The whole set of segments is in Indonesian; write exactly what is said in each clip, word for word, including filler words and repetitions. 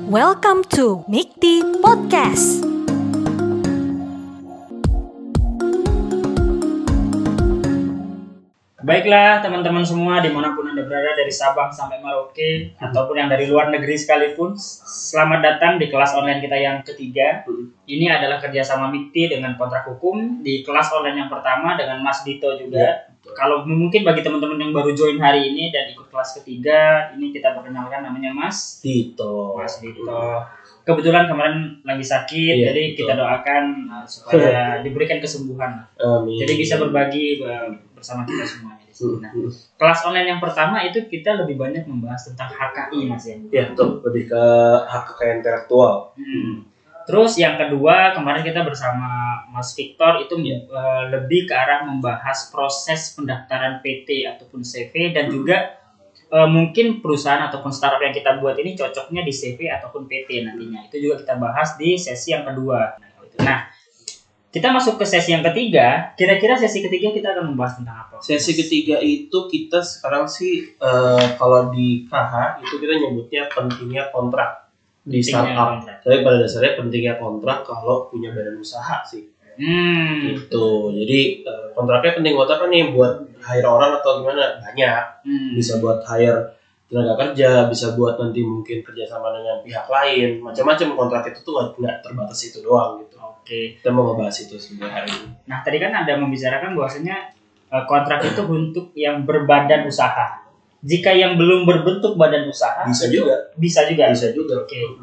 Welcome to Mikti Podcast. Baiklah teman-teman semua dimanapun Anda berada dari Sabang sampai Merauke ataupun yang dari luar negeri sekalipun, selamat datang di kelas online kita yang ketiga. Ini adalah kerjasama Mikti dengan Kontrak Hukum di kelas online yang pertama dengan Mas Dito juga. Ya. Kalau mungkin bagi teman-teman yang baru join hari ini dan ikut kelas ketiga, ini kita perkenalkan namanya Mas Dito. Mas Dito. Kebetulan kemarin lagi sakit, iya, jadi betul. Kita doakan uh, supaya diberikan kesembuhan. Amin. Jadi bisa berbagi uh, bersama kita semuanya di sini. Nah, kelas online yang pertama itu kita lebih banyak membahas tentang H K I, Mas ya. Iya, betul. Lebih ke hak kekayaan intelektual. Hmm. Terus yang kedua, kemarin kita bersama Mas Victor itu uh, lebih ke arah membahas proses pendaftaran P T ataupun C V dan juga uh, mungkin perusahaan ataupun startup yang kita buat ini cocoknya di C V ataupun P T nantinya. Itu juga kita bahas di sesi yang kedua. Nah, kita masuk ke sesi yang ketiga. Kira-kira sesi ketiga kita akan membahas tentang apa? Sesi ketiga itu kita sekarang sih uh, kalau di K H itu kita nyebutnya pentingnya kontrak di startup. Tapi pada dasarnya pentingnya kontrak kalau punya badan usaha sih. Hmm. Gitu. Jadi uh, kontraknya penting buat apa nih? Buat hire orang atau gimana? Banyak. Hmm. Bisa buat hire tenaga kerja, bisa buat nanti mungkin kerjasama dengan pihak lain. Macam-macam kontrak itu tuh nggak terbatas itu doang gitu. Oke. Kita mau ngebahas itu sebenarnya hari ini. Nah tadi kan Anda membicarakan bahwasanya uh, kontrak itu untuk yang berbadan usaha. Jika yang belum berbentuk badan usaha bisa juga, bisa juga, bisa juga. Oke. Okay.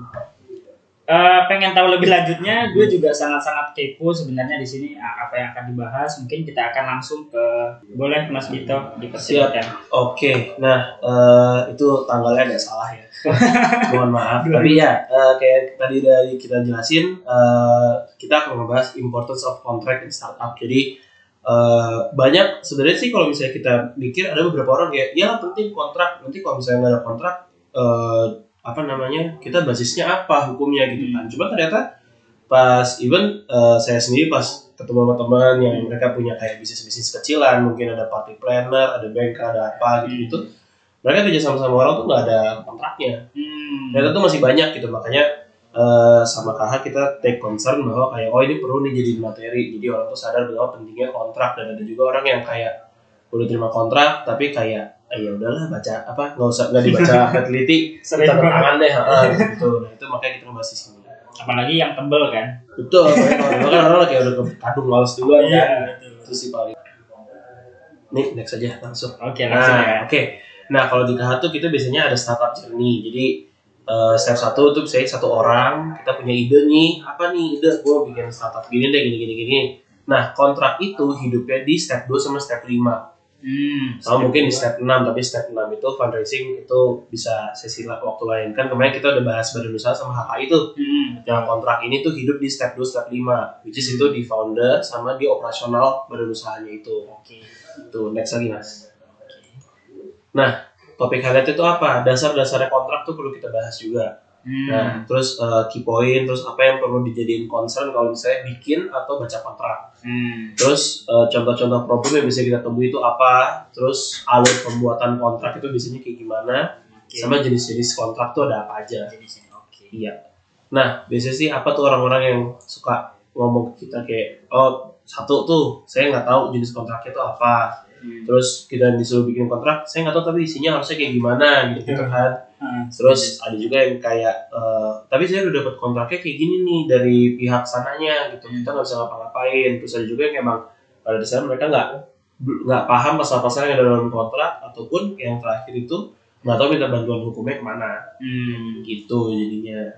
Uh, pengen tahu lebih lanjutnya, gue juga sangat-sangat kepo sebenarnya di sini apa yang akan dibahas. Mungkin kita akan langsung ke boleh Mas Dito dipersilakan. Oke, okay. Nah uh, itu tanggalnya agak salah ya. Mohon maaf. Tapi ya uh, kayak tadi dari kita jelasin, uh, kita akan membahas importance of contract in startup. Jadi Uh, banyak sebenarnya sih kalau misalnya kita mikir ada beberapa orang kayak ya penting kontrak, nanti kalau misalnya nggak ada kontrak uh, apa namanya kita basisnya apa hukumnya gitu kan. Cuma ternyata pas even uh, saya sendiri pas ketemu sama teman yang mereka punya kayak bisnis-bisnis kecilan, mungkin ada party planner, ada bank, ada apa gitu gitu, mereka kerja sama-sama orang tuh nggak ada kontraknya. Hmm. Ternyata tuh masih banyak gitu, makanya Uh, sama K H kita take concern bahwa kayak oh ini perlu nih jadi materi, jadi orang tuh sadar bahwa pentingnya kontrak. Dan ada juga orang yang kayak udah terima kontrak tapi kayak eh, ya udahlah baca apa nggak usah nggak dibaca teliti tanda tangan deh gitu. Nah itu makanya kita ngebahas di sini. Apalagi yang tebel kan? Betul. Kalau kan orang kayak udah kadung males duluan kan. Itu sih paling. Nih next aja langsung. Oke okay, langsung nah, ya. Oke. Okay. Nah kalau di K H tuh kita biasanya ada startup journey. Jadi Uh, step satu tuh saya satu orang kita punya ide nih, apa nih ide gue bikin startup gini deh gini gini gini. Nah kontrak itu hidupnya di step dua sama step lima. Hmm, atau mungkin di step enam, tapi step enam itu fundraising itu bisa sesi waktu lain. Kan kemarin kita udah bahas badan usaha sama H K I itu. Hmm. Yang kontrak ini tuh hidup di step dua, step lima, which is itu di founder sama di operasional badan usahanya itu. Oke. Okay. Tuh next lagi Mas. Nah topik highlight itu apa? Dasar-dasarnya kontrak tuh perlu kita bahas juga. Hmm. Nah, terus uh, key point, terus apa yang perlu dijadiin concern kalau misalnya bikin atau baca kontrak. Hmm. Terus uh, contoh-contoh problem yang bisa kita temui itu apa? Terus alur pembuatan kontrak itu biasanya kayak gimana? Okay. Sama jenis-jenis kontrak tuh ada apa aja? Jenisnya, oke. Okay. Iya. Nah, biasanya sih apa tuh orang-orang yang suka ngomong ke kita kayak, oh satu tuh saya nggak tahu jenis kontraknya itu apa. Hmm. Terus kita disuruh bikin kontrak, saya nggak tahu tapi isinya harusnya kayak gimana gitu gitu kan. Hmm. Terus ada juga yang kayak, uh, tapi saya udah dapat kontraknya kayak gini nih dari pihak sananya gitu, kita nggak bisa ngapa-ngapain. Terus ada juga yang emang pada dasarnya mereka nggak nggak paham pasal-pasal yang ada dalam kontrak, ataupun yang terakhir itu nggak tahu minta bantuan hukumnya kemana. Hmm. Gitu jadinya.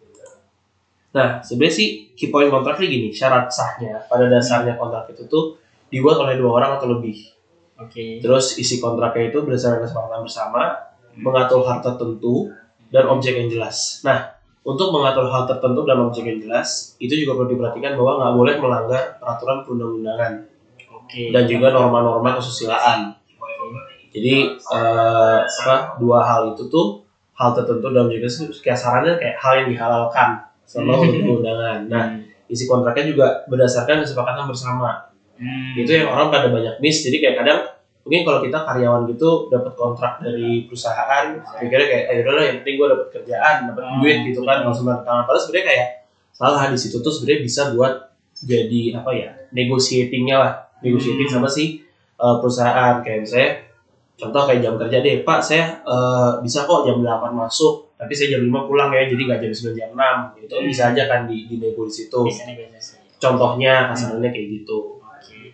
Nah sebenarnya sih key point kontraknya gini, syarat sahnya pada dasarnya kontrak itu tuh dibuat oleh dua orang atau lebih. Okay. Terus isi kontraknya itu berdasarkan kesepakatan bersama, hmm. mengatur hal tertentu dan objek yang jelas. Nah, untuk mengatur hal tertentu dan objek yang jelas, itu juga perlu diperhatikan bahwa nggak boleh melanggar peraturan perundang-undangan, okay. dan juga norma-norma kesusilaan. Okay. Jadi, uh, apa dua hal itu tuh hal tertentu dan objek jelas kayak sarannya kayak hal yang dihalalkan sama perundang-undangan. Nah, isi kontraknya juga berdasarkan kesepakatan bersama. Hmm. Itu yang orang pada banyak miss. Jadi kayak kadang mungkin kalau kita karyawan gitu dapat kontrak dari perusahaan, mikirnya kayak eh udah lah yang penting gue dapat kerjaan, dapat Oh, duit gitu kan, betul. langsung tanda tangan. Padahal sebenarnya kayak salah di situ tuh sebenarnya bisa buat jadi apa ya, negotiatingnya lah, negotiating Hmm. sama si uh, perusahaan. Kayak misalnya contoh kayak jam kerja deh, Pak saya uh, bisa kok jam delapan masuk, tapi saya jam lima pulang ya, jadi nggak jam sembilan jam enam gitu. Hmm. Bisa aja kan di, di nego di situ. Bisa negosiasi. Contohnya kasarnya kayak gitu. Oke.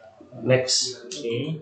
Next. Oke.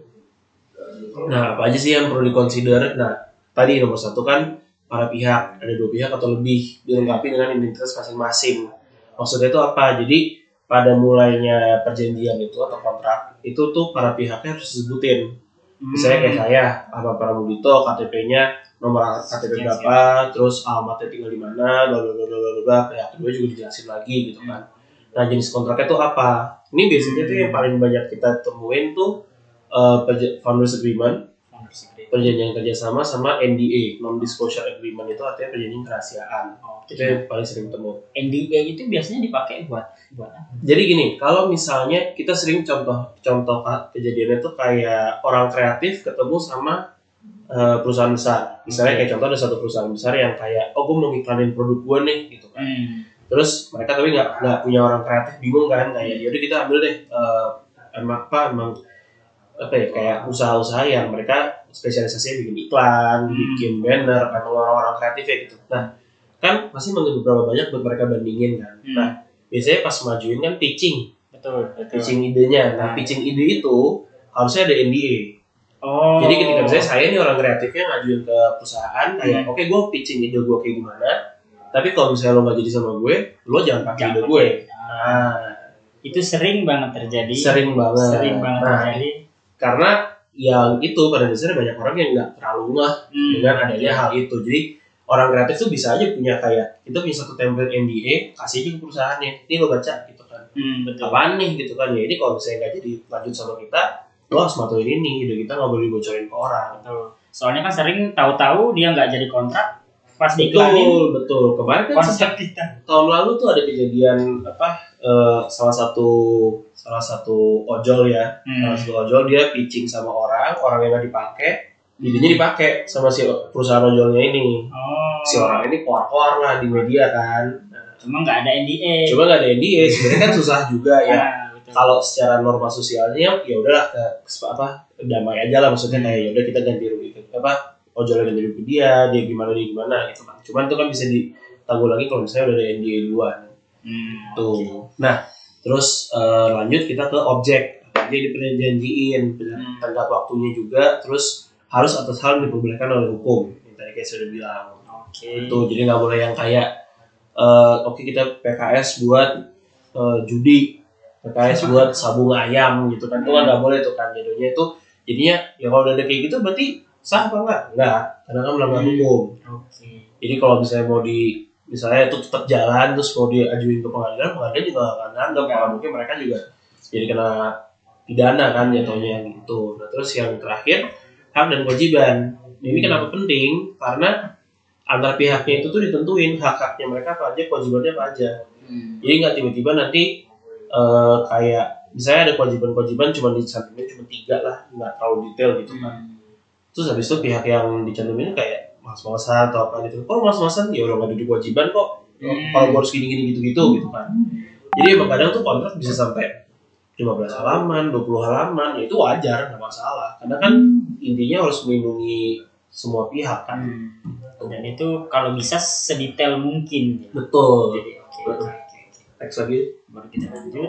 Nah, apa aja sih yang perlu dikonsider? Nah, tadi nomor satu kan para pihak, ada dua pihak atau lebih, dilengkapi dengan identitas masing-masing. Maksudnya itu apa? Jadi pada mulainya perjanjian itu atau kontrak itu tuh para pihaknya harus disebutin. Misalnya kayak saya sama para Budito, K T P-nya nomor K T P berapa, terus alamatnya tinggal di mana, bla bla bla bla bla bla. Pihak kedua juga dijelasin lagi gitu kan. Nah, jenis kontraknya tuh apa? Ini biasanya tuh yang paling banyak kita temuin tuh uh, Founders Agreement, perjanjian kerjasama, sama N D A, Non-Disclosure Agreement. Itu artinya perjanjian kerahasiaan. Oh, Itu yang paling sering ketemu. N D A itu biasanya dipakai buat buat apa? Jadi gini, kalau misalnya kita sering contoh contoh kejadiannya tuh kayak orang kreatif ketemu sama uh, perusahaan besar. Misalnya kayak contoh ada satu perusahaan besar yang kayak, oh gue mau ngiklanin produk gue nih, gitu kan. Hmm. Terus mereka tapi nggak nggak punya orang kreatif, bingung kan, kayak yaudah kita ambil deh uh, emang apa emang apa ya kayak usaha-usaha yang mereka spesialisasinya bikin iklan, Hmm. bikin banner, emang orang-orang kreatif ya gitu. Nah kan pasti mengambil beberapa banyak buat mereka bandingin kan. Hmm. Nah biasanya pas majuin kan pitching, Betul, betul. pitching idenya. Nah Hmm. pitching ide itu harusnya ada N D A. Oh. Jadi ketika misalnya saya nih orang kreatifnya ngajuin ke perusahaan kayak, Hmm. oke okay, gue pitching ide gue kayak gimana, tapi kalau misalnya lo nggak jadi sama gue, lo jangan pakai Jangan ide pakai. gue. Ah. Nah, Itu sering banget terjadi. sering banget. Sering banget Nah, terjadi. karena yang itu pada dasarnya banyak orang yang nggak terlalu ngeh Hmm. dengan adanya hal itu. Jadi orang kreatif tuh bisa aja punya kayak, kita punya satu template N D A, kasih aja ke perusahaannya, ini lo baca gitu kan. Hmm, betul. Apaan nih gitu kan, ya ini kalau misalnya nggak jadi lanjut sama kita, lo harus matuin ini, ide kita nggak boleh dibocorin ke orang. Betul. Soalnya kan sering tahu-tahu dia nggak jadi kontrak pas Betul, diiklanin betul. Kemarin kan konsep kita. tahun lalu tuh ada kejadian apa, eh, salah satu salah satu ojol ya, Hmm. salah satu ojol dia pitching sama orang, orang yang nggak dipakai, idenya dipakai sama si perusahaan ojolnya ini. Oh. Si orang ini keluar-keluar lah di media kan. Nah, Cuma nggak ada N D A. coba nggak ada N D A, sebenarnya kan susah juga ya. Nah, betul. Kalau secara norma sosialnya ya udahlah ke apa damai aja lah, maksudnya kayak ya udah kita ganti rugi apa ojolnya ganti rugi dia, dia gimana dia gimana gitu kan. Cuman itu kan bisa ditanggulangi kalau misalnya udah ada N D A duluan. Hmm, Tuh. oke. Nah, terus eh, lanjut kita ke objek. Apa aja yang diperjanjiin, Hmm. tenggat waktunya juga, terus harus atas hal yang diperbolehkan oleh hukum. Yang tadi kayak sudah bilang. Oke. Tuh, jadi nggak boleh yang kayak eh, oke kita P K S buat eh, judi, P K S buat sabung ayam gitu kan. Itu kan nggak boleh tuh kan, jadinya itu jadinya ya kalau udah ada kayak gitu berarti sah apa enggak? Enggak, karena kan melanggar hukum. Oke. Jadi kalau misalnya mau di misalnya itu tetap jalan terus mau diajuin ke pengadilan, pengadilan juga nggak akan nganggap, kalau mungkin mereka juga jadi kena pidana kan jatuhnya gitu. Nah terus yang terakhir hak dan kewajiban. Ini kenapa penting? Karena antar pihaknya itu tuh ditentuin hak-haknya mereka apa aja, kewajibannya apa aja. Hmm. Jadi nggak tiba-tiba nanti eh, kayak misalnya ada kewajiban-kewajiban cuma dicantumin cuma tiga lah, nggak terlalu detail gitu kan. Hmm. Terus habis itu pihak yang dicantumin kayak mas-masan atau apa gitu. Oh mas-masan ya udah nggak ada kewajiban kok. Hmm. Kalau gua harus gini-gini gitu-gitu gitu kan. Jadi emang kadang tuh kontrak bisa sampai lima belas halaman, dua puluh halaman, ya itu wajar, nggak masalah. Karena kan intinya harus melindungi semua pihak kan. Hmm. Dan itu kalau bisa sedetail mungkin. Betul. Jadi oke. Betul. Oke, oke. Next lagi. Baru kita lanjut.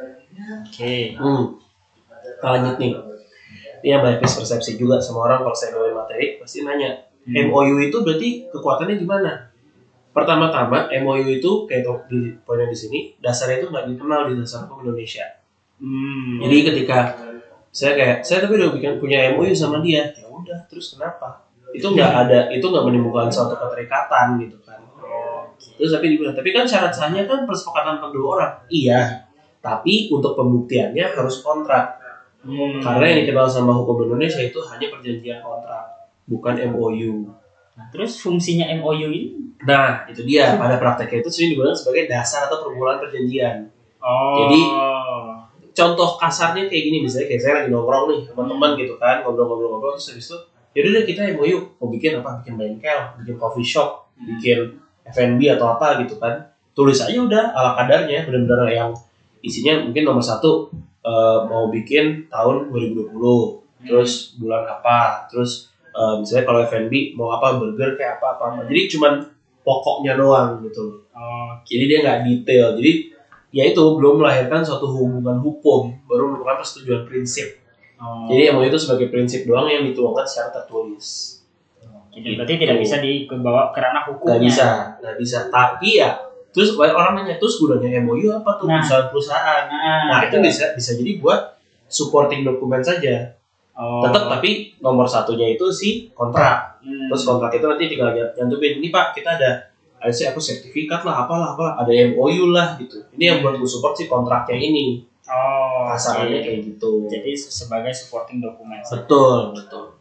Oke. Hmm. Kita lanjut nih. Ini yang banyak mispersepsi juga sama orang kalau saya bawain materi pasti nanya, Hmm. M O U itu berarti kekuatannya gimana? Pertama-tama M O U itu kayak di poinnya di sini, dasarnya itu nggak dikenal di dasar hukum Indonesia. Hmm. Jadi ketika saya kayak saya tapi udah bikin punya M O U sama dia, ya udah terus kenapa? Itu nggak ada, itu nggak menimbulkan suatu keterikatan gitu kan. Terus tapi dibilang, tapi kan syarat sahnya kan persepakatan antara dua orang. Iya, tapi untuk pembuktiannya harus kontrak. Hmm. Karena yang dikenal sama hukum Indonesia itu hanya perjanjian kontrak, bukan M O U. Nah, terus fungsinya M O U ini? Nah, itu dia. Pada prakteknya itu sering digunakan sebagai dasar atau permulaan perjanjian. Oh. Jadi, contoh kasarnya kayak gini, misalnya kayak saya lagi nongkrong nih teman-teman gitu kan, ngobrol-ngobrol-ngobrol terus habis itu yaudah deh kita M O U mau bikin apa, bikin bengkel, bikin coffee shop, bikin F and B atau apa gitu kan, tulis aja udah ala kadarnya, benar-benar yang isinya mungkin nomor satu uh, mau bikin tahun dua ribu dua puluh, hmm. terus bulan apa, terus uh, misalnya kalau F and B mau apa, burger kayak apa apa, apa. Jadi cuman pokoknya doang gitu. Oh, jadi dia nggak detail, jadi ya itu belum melahirkan suatu hubungan hukum, baru merupakan persetujuan prinsip. Oh. Jadi M O U itu sebagai prinsip doang yang dituangkan secara tertulis. Jadi berarti tidak bisa dibawa ke ranah hukumnya. Nggak bisa, nggak bisa. Tapi ya, terus orang nanya terus gunanya M O U apa tuh, nah. perusahaan-perusahaan. Nah, nah itu bisa bisa jadi buat supporting dokumen saja. Oh. Tetap tapi nomor satunya itu si kontrak. Hmm. Terus kontrak itu nanti tinggal nyantumin, ini Pak kita ada ada sih aku sertifikat lah, apalah apalah, ada M O U lah gitu. Ini yang buat gue support sih kontraknya ini. Oh, kasarannya kayak gitu. Jadi sebagai supporting dokumen. Betul, betul.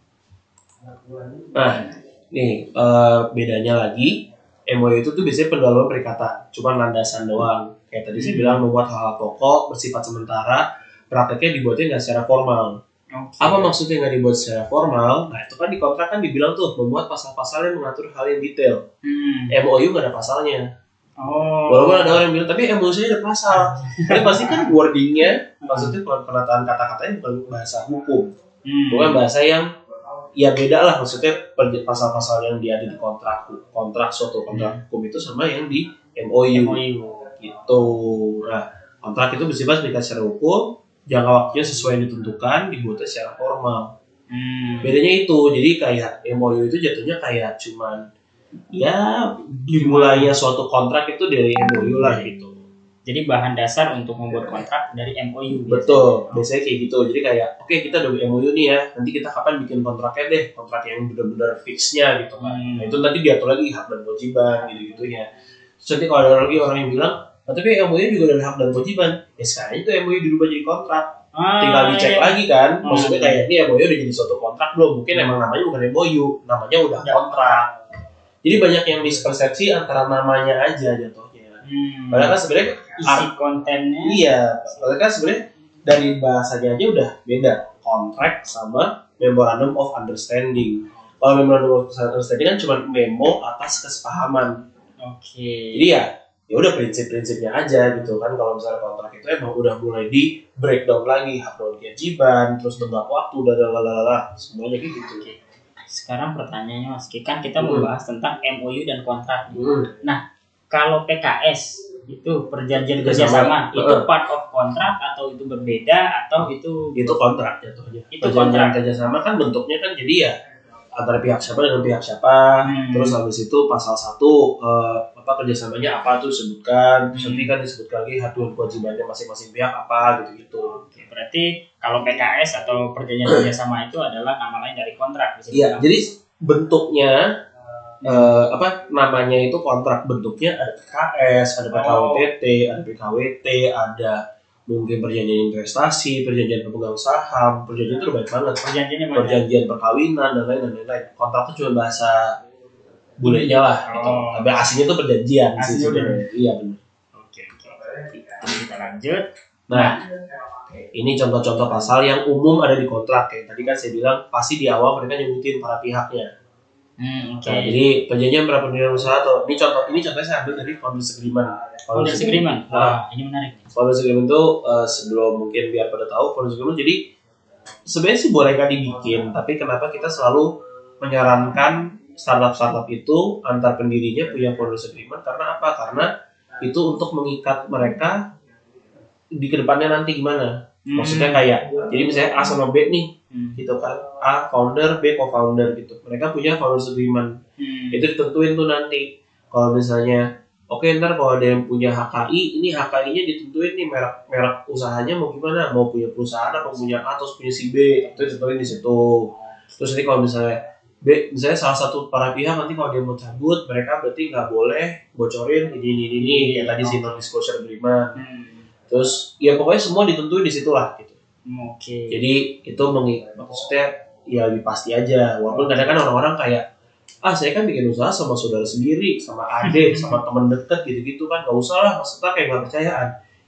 Nah, nih uh, bedanya lagi, M O U itu tuh biasanya pendahuluan perikatan, cuma landasan doang. Kayak tadi hmm. saya bilang membuat hal-hal pokok bersifat sementara, prakteknya dibuatnya nggak secara formal. Okay. Apa maksudnya nggak dibuat secara formal? Nah itu kan di kontrak kan dibilang tuh membuat pasal-pasal yang mengatur hal yang detail. Hmm. M O U nggak ada pasalnya. Oh. Walaupun ada orang yang bilang tapi M O U saya ada pasal. Tapi pasti kan wordingnya, maksudnya penataan kata-katanya bukan bahasa hukum, hmm. bukan bahasa yang ya beda lah. Maksudnya pasal-pasal yang dia ada di kontrak kontrak suatu kontrak hmm. hukum itu sama yang di M O U. M O U gitu. Nah kontrak itu bersifat terikat secara hukum. Jangka waktunya sesuai yang ditentukan, dibuatnya secara formal. Hmm. Bedanya itu, jadi kayak M O U itu jatuhnya kayak cuman ya dimulainya suatu kontrak itu dari M O U lah gitu. Jadi bahan dasar untuk membuat kontrak dari M O U. Betul, biasanya, biasanya kayak gitu. Jadi kayak oke okay, kita udah M O U nih ya, nanti kita kapan bikin kontraknya deh, kontrak yang benar-benar fixnya gitu kan. Hmm. Nah, itu nanti diatur lagi hak dan kewajiban gitu-gitunya. Terus nanti kalau ada lagi orang yang bilang nah, tapi M O U juga ada hak dan kewajiban. Ya sekarang itu M O U dirubah jadi kontrak. Ah, tinggal dicek iya. lagi kan. Maksudnya kayak ini M O U udah jadi suatu kontrak belum? Mungkin emang namanya bukan M O U, namanya udah kontrak. Jadi banyak yang mispersepsi antara namanya aja jatuhnya. Hmm. Padahal kan sebenarnya isi kontennya. Iya, padahal kan sebenarnya dari bahasanya aja udah beda. Kontrak sama Memorandum of Understanding. Kalau Memorandum of Understanding kan cuma memo atas kesepahaman. Oke. Okay. Jadi ya ya udah prinsip-prinsipnya aja gitu kan. Kalau misalnya kontrak itu emang udah mulai di breakdown lagi hak dan kewajiban, terus tenggat waktu dan lalala semuanya gitu. Oke. Sekarang pertanyaannya Mas Ki, kan kita hmm. membahas tentang M O U dan kontrak. Hmm. Nah, kalau P K S itu perjanjian kerjasama itu uh. part of kontrak atau itu berbeda atau itu itu kontrak jatuhnya. Itu perjanjian kerjasama kan bentuknya kan jadi ya antara pihak siapa dengan pihak siapa, hmm. terus habis itu pasal satu uh, apa kerjasamanya apa tuh sebutkan, terus nanti kan disebutkan lagi hak dan kewajibannya masing-masing pihak apa gitu-gitu. Oke, berarti kalau P K S atau perjanjian kerjasama itu adalah nama lain dari kontrak. Iya, jadi bentuknya uh, apa namanya itu kontrak, bentuknya ada P K S, ada P K W T T, oh. ada P K W T, ada mungkin perjanjian investasi, perjanjian pemegang saham, perjanjian itu banyak banget. Perjanjian perjanjian perkawinan dan lain dan lain-lain. Kontrak itu cuma bahasa bulenya lah. Oh. Gitu. Tapi aslinya itu perjanjian sih sebenarnya. Iya benar. Oke, oke. Kita lanjut. Nah, ini contoh-contoh pasal yang umum ada di kontrak. Kayak tadi kan saya bilang pasti di awal mereka nyebutin para pihaknya. Hmm, okay. Nah, jadi perjanjian perundingan usaha atau ini contoh ini contohnya saya ambil dari Founders Agreement. Founders Agreement. Wah, ini menarik. Founders Agreement itu uh, sebelum mungkin biar pada tahu Founders Agreement, jadi sebenarnya sih boleh kan dibikin, tapi kenapa kita selalu menyarankan startup-startup itu antar pendirinya punya Founders Agreement? Karena apa? Karena itu untuk mengikat mereka di kedepannya nanti gimana? Hmm. Maksudnya kayak jadi misalnya A sama B nih. Hmm. Gitu kan, A founder, B co-founder gitu. Mereka punya founders agreement. Hmm. Itu ditentuin tuh nanti. Kalau misalnya, oke okay, ntar kalau ada yang punya H K I, ini H K I-nya ditentuin nih merek merek usahanya mau gimana, mau punya perusahaan atau punya A atau punya si B, itu ditentuin di situ. Terus nanti kalau misalnya B, misalnya salah satu para pihak nanti kalau dia mau cabut, mereka berarti nggak boleh bocorin ini ini ini, ini yang tadi si non disclosure agreement. Hmm. Terus ya pokoknya semua ditentuin di situ lah gitu. Oke. Okay. Jadi itu mengikat, maksudnya ya lebih pasti aja. Walaupun kadang kan orang-orang kayak ah saya kan bikin usaha sama saudara sendiri, sama adik, sama teman dekat gitu-gitu kan, nggak usah lah, maksudnya kayak nggak percayaan.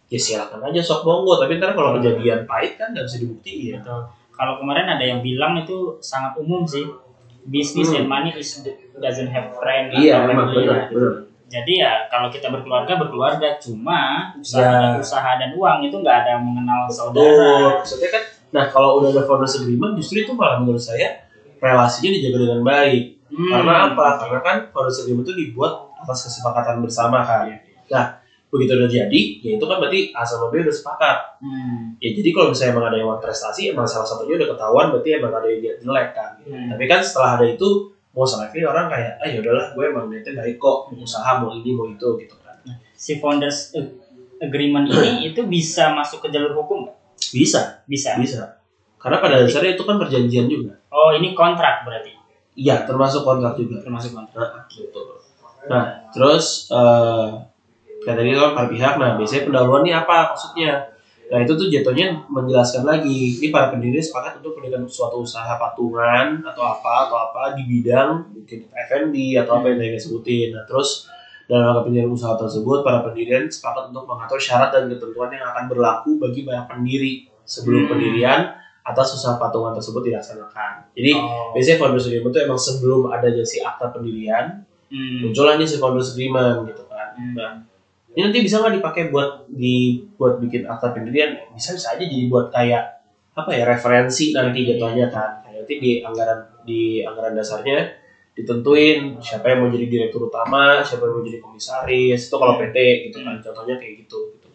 ya silakan aja sok monggo, tapi ntar kalau kejadian pahit kan nggak bisa dibuktiin. Betul. Kalau kemarin ada yang bilang itu sangat umum sih, business Hmm. and money is doesn't have friend. Iya, atau memang family benar, lah. benar. Jadi ya kalau kita berkeluarga berkeluarga, cuma Ya. usaha, usaha dan uang itu nggak ada mengenal Betul. saudara. Maksudnya kan, nah kalau udah ada founders agreement justru itu malah menurut saya relasinya dijaga dengan baik. Hmm. Karena apa? Karena kan founders agreement itu dibuat atas kesepakatan bersama kan. Nah, begitu udah jadi, ya itu kan berarti A sama B udah sepakat. Hmm. Ya jadi kalau misalnya emang ada yang mau prestasi, emang salah satunya udah ketahuan, berarti emang ada yang niat jelek kan. Hmm. Tapi kan setelah ada itu, mau selektif orang kayak, ah yaudahlah, gue emang niatnya baik kok, mau usaha, mau ini, mau itu gitu kan. Si founders agreement ini itu bisa masuk ke jalur hukum nggak? Bisa, Bisa. bisa. Karena pada dasarnya itu kan perjanjian juga. Oh, ini kontrak berarti. Iya, termasuk kontrak juga. Termasuk kontrak. Nah, gitu. Nah, terus eh kayak tadi kan para pihak, nah biasanya pendahuluan ini apa maksudnya? Nah itu tuh jatuhnya menjelaskan lagi, ini para pendiri sepakat untuk mendirikan suatu usaha patungan atau apa atau apa di bidang mungkin F and B atau apa yang tadi sebutin. Nah terus dalam rangka pendirian usaha tersebut, para pendirian sepakat untuk mengatur syarat dan ketentuan yang akan berlaku bagi para pendiri sebelum Hmm. pendirian atas usaha patungan tersebut dilaksanakan. Jadi Oh. biasanya founders agreement itu emang sebelum adanya si akta pendirian, Hmm. muncullah nih si founders agreement gitu kan. Hmm. Nah, ini nanti bisa nggak dipakai buat di buat bikin akta pendirian? Bisa bisa aja jadi buat kayak apa ya, referensi nanti jatuhnya kan. Kayak nanti di anggaran di anggaran dasarnya ditentuin siapa yang mau jadi direktur utama, siapa yang mau jadi komisaris. Itu kalau P T gitu kan. Contohnya kayak gitu. gitu.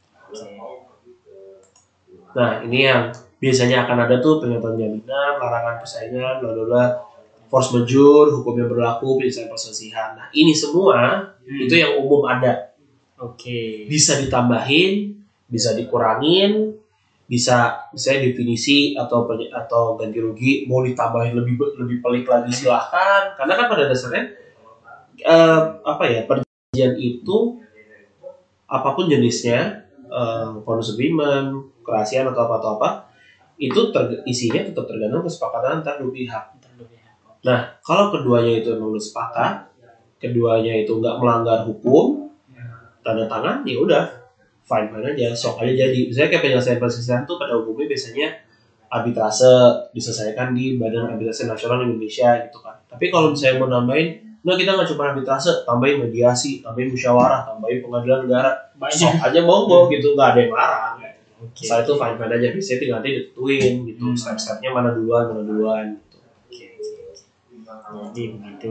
Nah ini yang biasanya akan ada tuh pernyataan jaminan, larangan persaingan, bla bla bla, force majeure, hukum yang berlaku, penyelesaian perselisihan. Nah ini semua Hmm. itu yang umum ada. Oke. Bisa ditambahin, bisa dikurangin, bisa misalnya definisi atau penye- atau ganti rugi mau ditambahin lebih lebih pelik lagi silahkan, karena kan pada dasarnya eh, apa ya, perjanjian itu apapun jenisnya, eh, bonus agreement, kerahasiaan atau apa atau apa itu ter- isinya tetap tergantung kesepakatan antar dua pihak. Nah kalau keduanya itu memang udah sepakat, keduanya itu nggak melanggar hukum, tanda tangan, ya udah fine fine aja, sok aja jadi. Misalnya kayak penyelesaian perselisihan tuh pada umumnya biasanya arbitrase diselesaikan di Badan Arbitrase Nasional Indonesia gitu kan. Tapi kalau misalnya mau nambahin, nggak, kita nggak cuma arbitrase, tambahin mediasi, tambahin musyawarah, tambahin pengadilan negara, sok Banyak. aja monggo gitu, nggak ada yang larang. Oke. Setelah itu fine fine aja, biasanya tinggal nanti ditentuin gitu, Hmm. step-stepnya mana duluan, mana duluan gitu. Oke. Jadi begitu.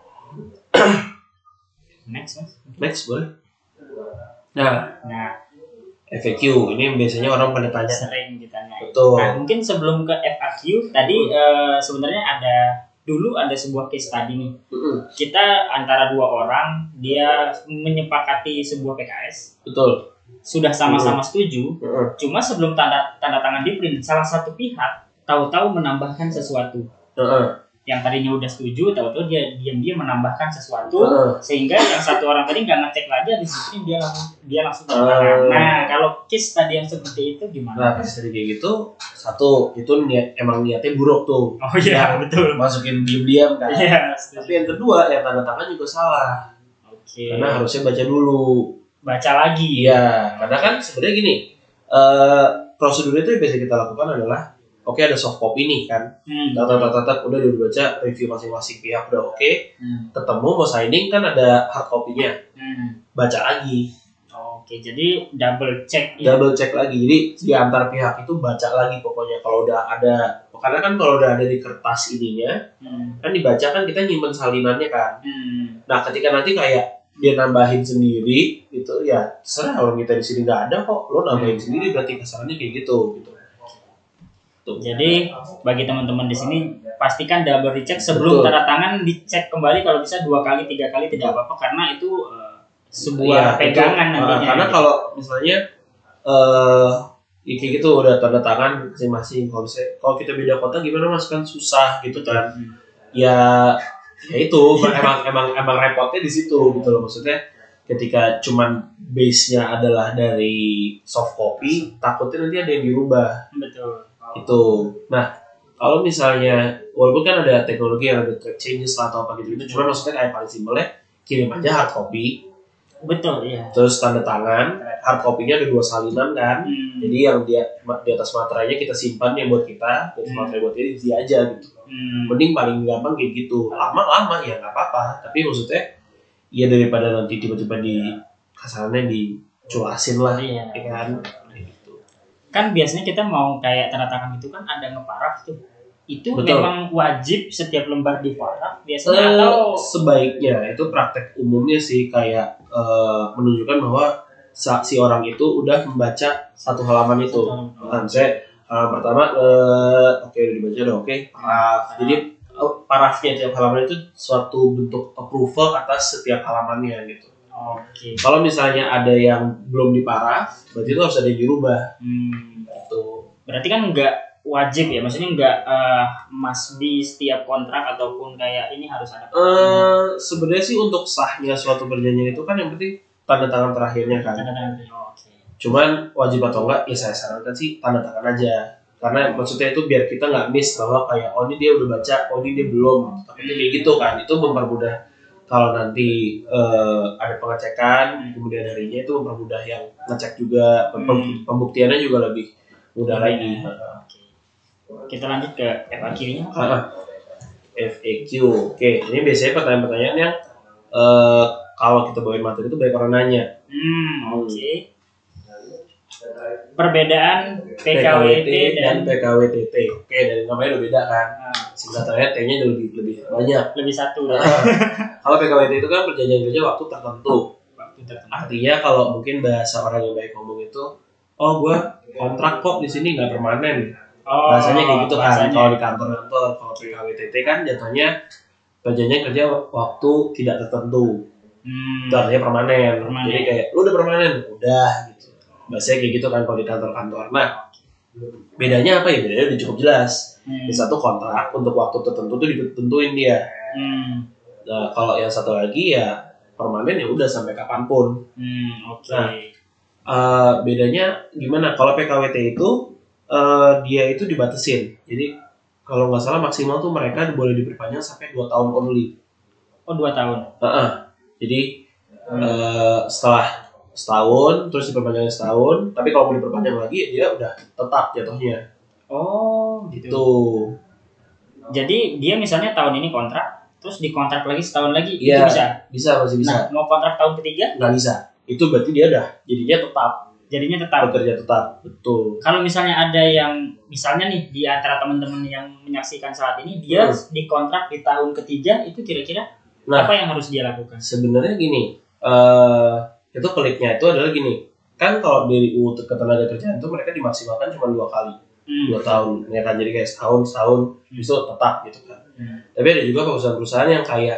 Next, Mas. Next boleh. Nah, Nah, F A Q ini biasanya orang pada tanya. sering ditanya. Betul. Nah, mungkin sebelum ke F A Q tadi eh, sebenarnya ada dulu ada sebuah case study nih. Mm-mm. Kita antara dua orang, dia menyepakati sebuah P K S, Betul. sudah sama-sama setuju. Mm-mm. Cuma sebelum tanda tanda tangan di print, salah satu pihak tahu-tahu menambahkan sesuatu. Mm-mm. Yang tadinya udah setuju, tahu-tahu dia diam-diam menambahkan sesuatu, Heeh. sehingga yang satu orang tadi nggak ngecek lagi, habis itu dia langsung dia langsung tanda Uh. tangan. Nah, kalau case tadi yang seperti itu Nah, gimana? pas tadi kayak gitu, satu itu niat emang niatnya buruk tuh, Oh iya, betul. masukin diam-diam kan. Iya, Tapi yang kedua, yang tanda tangan juga salah, Oke. karena harusnya baca dulu. Baca lagi. Iya, karena kan sebenarnya gini, eh prosedur itu yang biasa kita lakukan adalah, oke ada soft copy nih kan, Hmm. tata-tata udah dibaca, review masing-masing pihak udah oke, Hmm. ketemu mau signing kan ada hard copy-nya, Hmm. baca lagi, Oke, jadi double check ya. double check lagi, jadi di antar pihak itu baca lagi pokoknya kalau udah ada, karena kan kalau udah ada di kertas ininya, Hmm. kan dibaca kan kita nyimpen salinannya kan, Hmm. nah ketika nanti kayak dia nambahin sendiri gitu ya terserah, orang kita di sini nggak ada kok, lo nambahin sendiri berarti kasarannya kayak gitu gitu. Tuh. Jadi bagi teman-teman di sini pastikan double recheck sebelum Betul. tanda tangan, dicek kembali kalau bisa dua kali tiga kali tidak apa-apa, karena itu eh, sebuah Iya, pegangan itu, nantinya. uh, karena kalau misalnya eh ya kayak gitu udah tanda tangan masing-masing, kalau misalnya kalau kita beda kota gimana mas, kan susah gitu kan. Hmm. Ya ya itu emang emang emang repotnya di situ gitu loh, maksudnya ketika cuman base-nya adalah dari soft copy, takutnya nanti ada yang dirubah. Betul. Itu. Nah, kalau misalnya walaupun kan ada teknologi yang ada track changes lah atau apa gitu, itu cuma maksudnya kayak paling simpelnya kirim aja hard copy. Betul, iya. Terus tanda tangan, hard copy-nya ada dua salinan kan. Hmm. Jadi yang di, di atas materainya kita simpan yang buat kita, di atas Hmm. materai buat dia, dia aja gitu. Hmm. Mending paling gampang kayak gitu. Lama-lama ya nggak apa-apa. Tapi maksudnya ya daripada nanti tiba-tiba di kasarnya diculasin lah, Iya. ya kan? Gitu. Kan biasanya kita mau kayak tanda tangan itu kan ada ngeparaf tuh. Itu Betul. memang wajib setiap lembar diparaf biasanya Eh, atau sebaiknya itu praktek umumnya sih kayak eh, menunjukkan bahwa sa- si orang itu udah membaca satu halaman itu. Nah, saya halaman pertama eh, oke udah dibaca udah oke paraf. Jadi eh, parafnya tiap halaman itu suatu bentuk approval atas setiap halamannya gitu. oke. Kalau misalnya ada yang belum diparaf, berarti itu harus ada yang dirubah Hmm. gitu. Berarti kan nggak wajib ya, maksudnya nggak eh, must be setiap kontrak ataupun kayak ini harus ada. Eh sebenarnya sih untuk sahnya suatu perjanjian itu kan yang penting tanda tangan terakhirnya kan. Tanda tangan. Oke. Cuman wajib atau enggak ya saya sarankan sih tanda tangan aja. Karena maksudnya itu biar kita nggak miss bahwa kayak oh ini dia udah baca, oh ini dia belum. Tapi kayak gitu kan, itu mempermudah kalau nanti eh, ada pengecekan, kemudian harinya itu mempermudah yang ngecek juga, pem- Hmm. pembuktiannya juga lebih mudah lagi. Oke. Kita lanjut ke F A Q-nya. Ah, F A Q, oke. Ini biasanya pertanyaan-pertanyaan yang eh, kalau kita bawain materi itu banyak orang nanya. Hmm, oke. Perbedaan P K W T dan P K W T T. Oke, dari namanya udah beda kan. ah, Singkatannya T-nya udah lebih lebih banyak. lebih satu ya. Kalau P K W T itu kan perjanjian kerja waktu tertentu. Waktu tertentu. Artinya kalau mungkin bahasa orang yang baik ngomong itu, oh gua kontrak kok di sini nggak permanen. Oh, Bahasanya kayak gitu kan. bahasanya. Kalau di kantor-kantor, kalau P K W T T kan jatuhnya perjanjian kerja waktu tidak tertentu. Hmm. Itu artinya permanen. Permanen. Jadi kayak lu udah permanen, udah gitu. Bahasanya kayak gitu kan kalau di kantor-kantor. Nah, bedanya apa ya? Bedanya udah cukup jelas. Hmm. Yang satu kontrak untuk waktu tertentu tuh ditentuin dia. Hmm. Nah, kalau yang satu lagi ya permanen ya udah sampai kapanpun. Hmm, oke. Nah, Eh, bedanya gimana? Kalau P K W T itu eh, dia itu dibatasin. Jadi kalau nggak salah maksimal tuh mereka boleh diperpanjang sampai dua tahun only. Oh, dua tahun. Heeh. Jadi eh, setelah setahun terus diperpanjang setahun, tapi kalau mau diperpanjang lagi ya dia udah tetap jatuhnya. Oh, gitu. Gitu. Jadi dia misalnya tahun ini kontrak, terus dikontrak lagi setahun lagi, itu Iya. bisa. Bisa masih bisa. Nah, mau kontrak tahun ketiga, Nggak bisa. Itu berarti dia udah jadinya tetap jadinya tetap. bekerja tetap. Betul. Kalau misalnya ada yang, misalnya nih di antara teman-teman yang menyaksikan saat ini, dia Hmm. dikontrak di tahun ketiga, itu kira-kira Nah, apa yang harus dia lakukan? sebenarnya gini, eh itu peliknya itu adalah gini, kan kalau dari U U Ketenagakerjaan itu mereka dimaksimalkan cuma dua kali, Hmm. dua tahun, ya kan, jadi kayak setahun, setahun, itu tetap gitu kan. Hmm. Tapi ada juga perusahaan-perusahaan yang kayak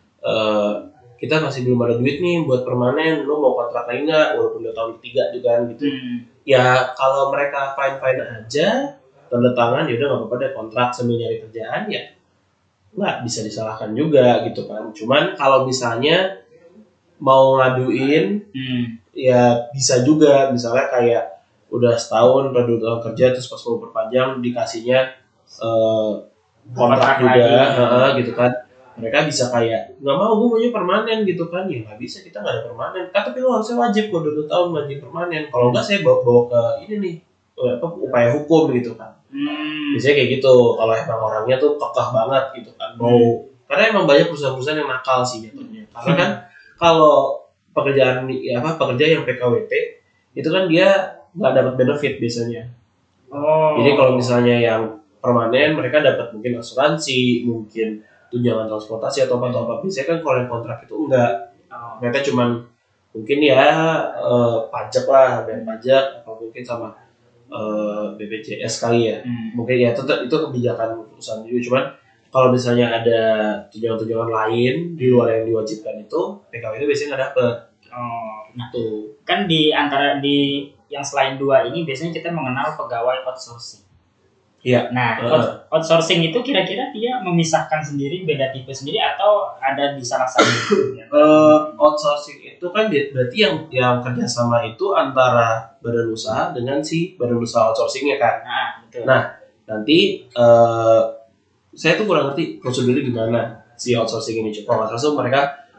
eh kita masih belum ada duit nih buat permanen, lo mau kontrak lagi nggak, walaupun udah tahun ketiga juga kan gitu. Hmm. Ya kalau mereka fine-fine aja, tanda tangan, ya udah nggak apa-apa deh kontrak sambil nyari kerjaan ya, nggak bisa disalahkan juga gitu kan. Cuman kalau misalnya mau ngaduin Hmm. ya bisa juga, misalnya kayak udah setahun udah dua tahun kerja terus pas mau perpanjang dikasihnya eh, kontrak Kontrak juga, lagi. heeh, gitu kan. Mereka bisa kayak nggak mau, gue maunya permanen gitu kan, ya nggak bisa, kita nggak ada permanen kan, tapi lo harusnya wajib kok udah dua tahun wajib permanen, kalau nggak saya bawa, bawa ke ini nih apa, upaya hukum gitu kan. Hmm. Biasanya kayak gitu kalau emang orangnya tuh kekeh banget gitu kan, mau karena emang banyak perusahaan-perusahaan yang nakal sih jatuhnya, karena kan kalau pekerjaan ya apa pekerja yang P K W T itu kan dia nggak dapat benefit biasanya. Oh. Jadi kalau misalnya yang permanen mereka dapat mungkin asuransi, mungkin tunjangan transportasi atau apa atau apa. Biasanya kan kalau yang kontrak itu enggak, Oh. mereka cuman mungkin ya eh, pajak lah, bayar pajak atau mungkin sama eh, B P J S kali ya. Hmm. Mungkin ya tetap itu kebijakan perusahaan juga, cuman kalau misalnya ada tunjangan-tunjangan lain di luar yang diwajibkan itu P K W itu biasanya nggak dapet. Oh. Nah, Tuh. kan di antara di yang selain dua ini biasanya kita mengenal pegawai outsourcing. Iya. Nah, Uh. out- outsourcing itu kira-kira dia memisahkan sendiri, beda tipe sendiri, atau ada di salah satu? Eh, outsourcing itu kan di- berarti yang yang kerjasama itu antara badan usaha dengan si badan usaha outsourcingnya kan. Nah, betul. Nah, nanti eh, saya tuh kurang ngerti prosedurnya gimana si outsourcing ini. Cuma nggak salah tuh mereka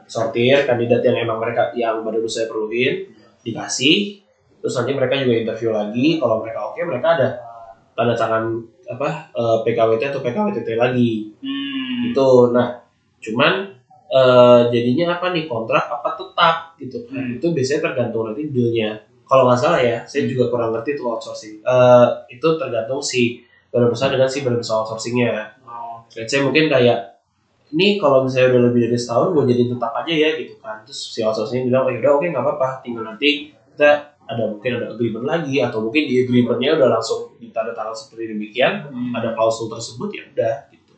sortir kandidat yang emang mereka yang badan usaha perluin, dikasih, terus nanti mereka juga interview lagi. Kalau mereka oke, mereka ada tanda tangan apa eh, P K W T atau P K W T T lagi. Hmm. Itu. Nah, cuman eh, jadinya apa nih, kontrak apa tetap gitu kan? Hmm. Itu biasanya tergantung nanti dealnya. Kalau nggak salah ya, saya juga kurang ngerti tuh outsourcing. Eh, itu tergantung si badan usaha dengan si badan usaha outsourcingnya. Oh. Saya mungkin kayak ini kalau misalnya udah lebih dari setahun gue jadi tetap aja ya gitu kan. Terus si outsourcing bilang, oh yaudah oke nggak apa-apa, tinggal nanti kita ada mungkin ada agreement lagi, atau mungkin di agreementnya udah langsung ditandatangan seperti demikian, Hmm. ada klausul tersebut, ya udah gitu.